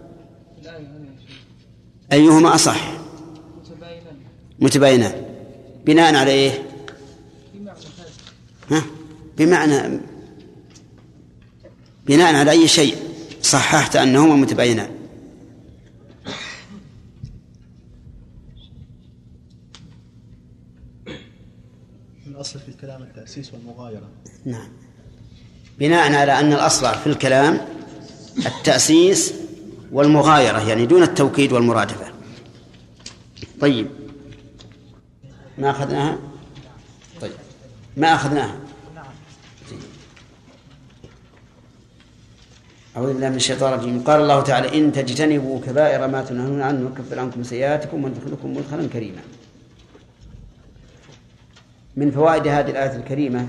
أيهما أصح؟ متباينان. بناء على إيه؟ ها؟ بمعنى بناء على أي شيء صححت أنهما متباينان؟ الأصل في الكلام التأسيس والمغايرة. نعم، بناء على أن الأصل في الكلام التأسيس والمغايرة، يعني دون التوكيد والمرادفة. طيب، ما أخذناها؟ طيب، ما أخذناها. أعوذ بالله من الشيطان الرجيم. قال الله تعالى: إن تجتنبوا كبائر ما تنهون عنه نكفر عنكم سيئاتكم وندخلكم مدخلا كريما. من فوائد هذه الآية الكريمة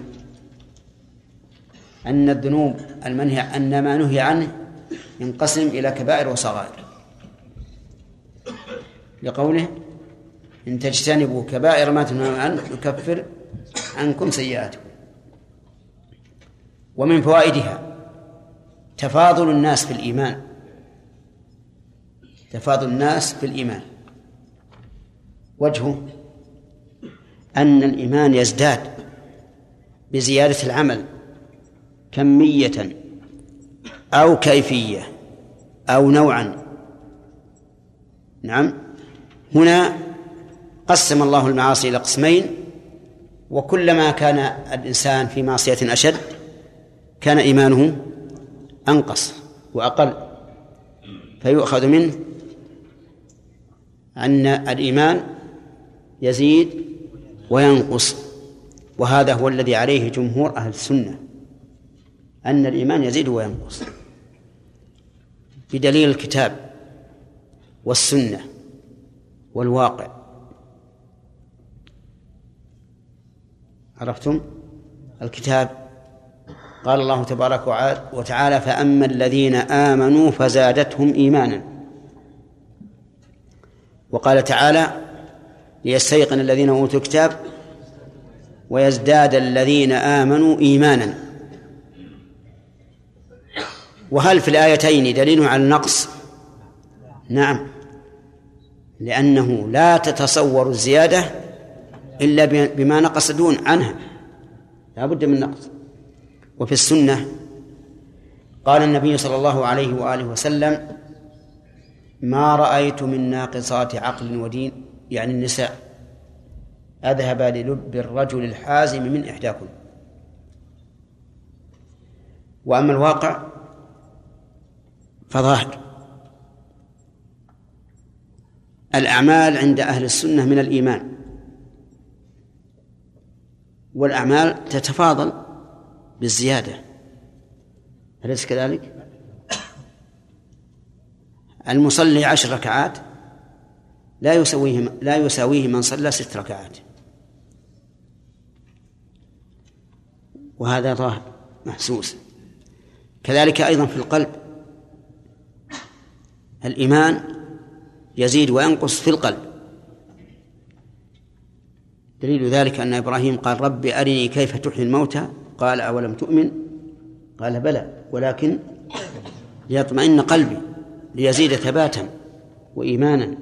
أن الذنوب المنهي أن ما نهي عنه ينقسم إلى كبائر وصغائر، لقوله: إن تجتنبوا كبائر ما تنهون عنه نكفر عنكم سيئاتكم. ومن فوائدها تفاضل الناس في الإيمان، تفاضل الناس في الإيمان. وجهه أن الإيمان يزداد بزيادة العمل كمية أو كيفية أو نوعا. نعم، هنا قسم الله المعاصي إلى قسمين، وكلما كان الإنسان في معصية أشد كان إيمانه أنقص وأقل، فيؤخذ منه أن الإيمان يزيد وينقص، وهذا هو الذي عليه جمهور أهل السنة، أن الإيمان يزيد وينقص بدليل الكتاب والسنة والواقع. عرفتم؟ الكتاب قال الله تبارك وتعالى: فأما الذين آمنوا فزادتهم إيمانا. وقال تعالى: ليستيقن الذين أوتوا الكتاب ويزداد الذين آمنوا إيمانا. وهل في الآيتين دليل على النقص؟ نعم، لأنه لا تتصور الزيادة إلا بما نقص دون عنها، لا بد من نقص. وفي السنة قال النبي صلى الله عليه وآله وسلم: ما رأيت من ناقصات عقل ودين، يعني النساء، أذهب للب الرجل الحازم من إحداكم. وأما الواقع فظاهر الأعمال عند أهل السنة من الإيمان، والأعمال تتفاضل بالزيادة، أليس كذلك؟ المصلي عشر ركعات لا يساويه لا يساويه من صلى ست ركعات، وهذا ظاهر محسوس. كذلك أيضا في القلب، الإيمان يزيد وينقص في القلب. دليل ذلك أن إبراهيم قال: رب أرني كيف تحيي الموتى، قال: أولم تؤمن؟ قال: بلى ولكن ليطمئن قلبي ليزيد ثباتا وإيمانا.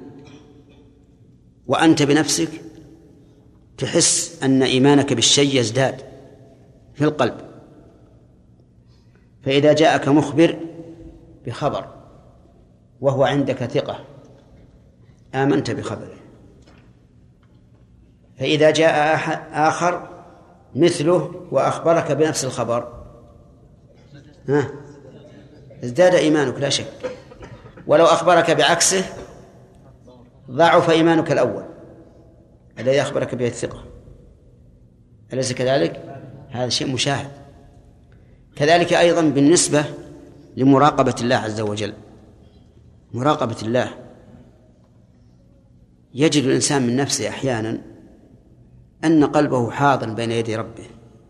وأنت بنفسك تحس أن إيمانك بالشيء يزداد في القلب، فإذا جاءك مخبر بخبر وهو عندك ثقة آمنت بخبره، فإذا جاء آخر مثله وأخبرك بنفس الخبر ها ازداد إيمانك لا شك. ولو أخبرك بعكسه ضعف إيمانك الأول الذي أخبرك به الثقة. أليس كذلك؟ هذا شيء مشاهد. كذلك أيضا بالنسبة لمراقبة الله عز وجل، مراقبة الله، يجد الإنسان من نفسه أحيانا أن قلبه حاضر بين يدي ربه،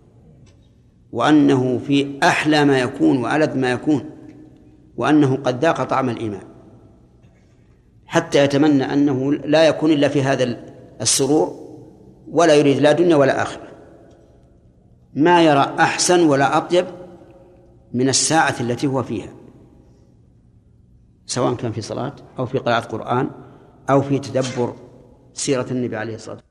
وأنه في أحلى ما يكون وألذ ما يكون، وأنه قد ذاق طعم الإيمان، حتى يتمنى أنه لا يكون إلا في هذا السرور، ولا يريد لا دنيا ولا آخرة. ما يرى أحسن ولا أطيب من الساعة التي هو فيها، سواء كان في صلاة أو في قراءة قرآن أو في تدبر سيرة النبي عليه الصلاة والسلام.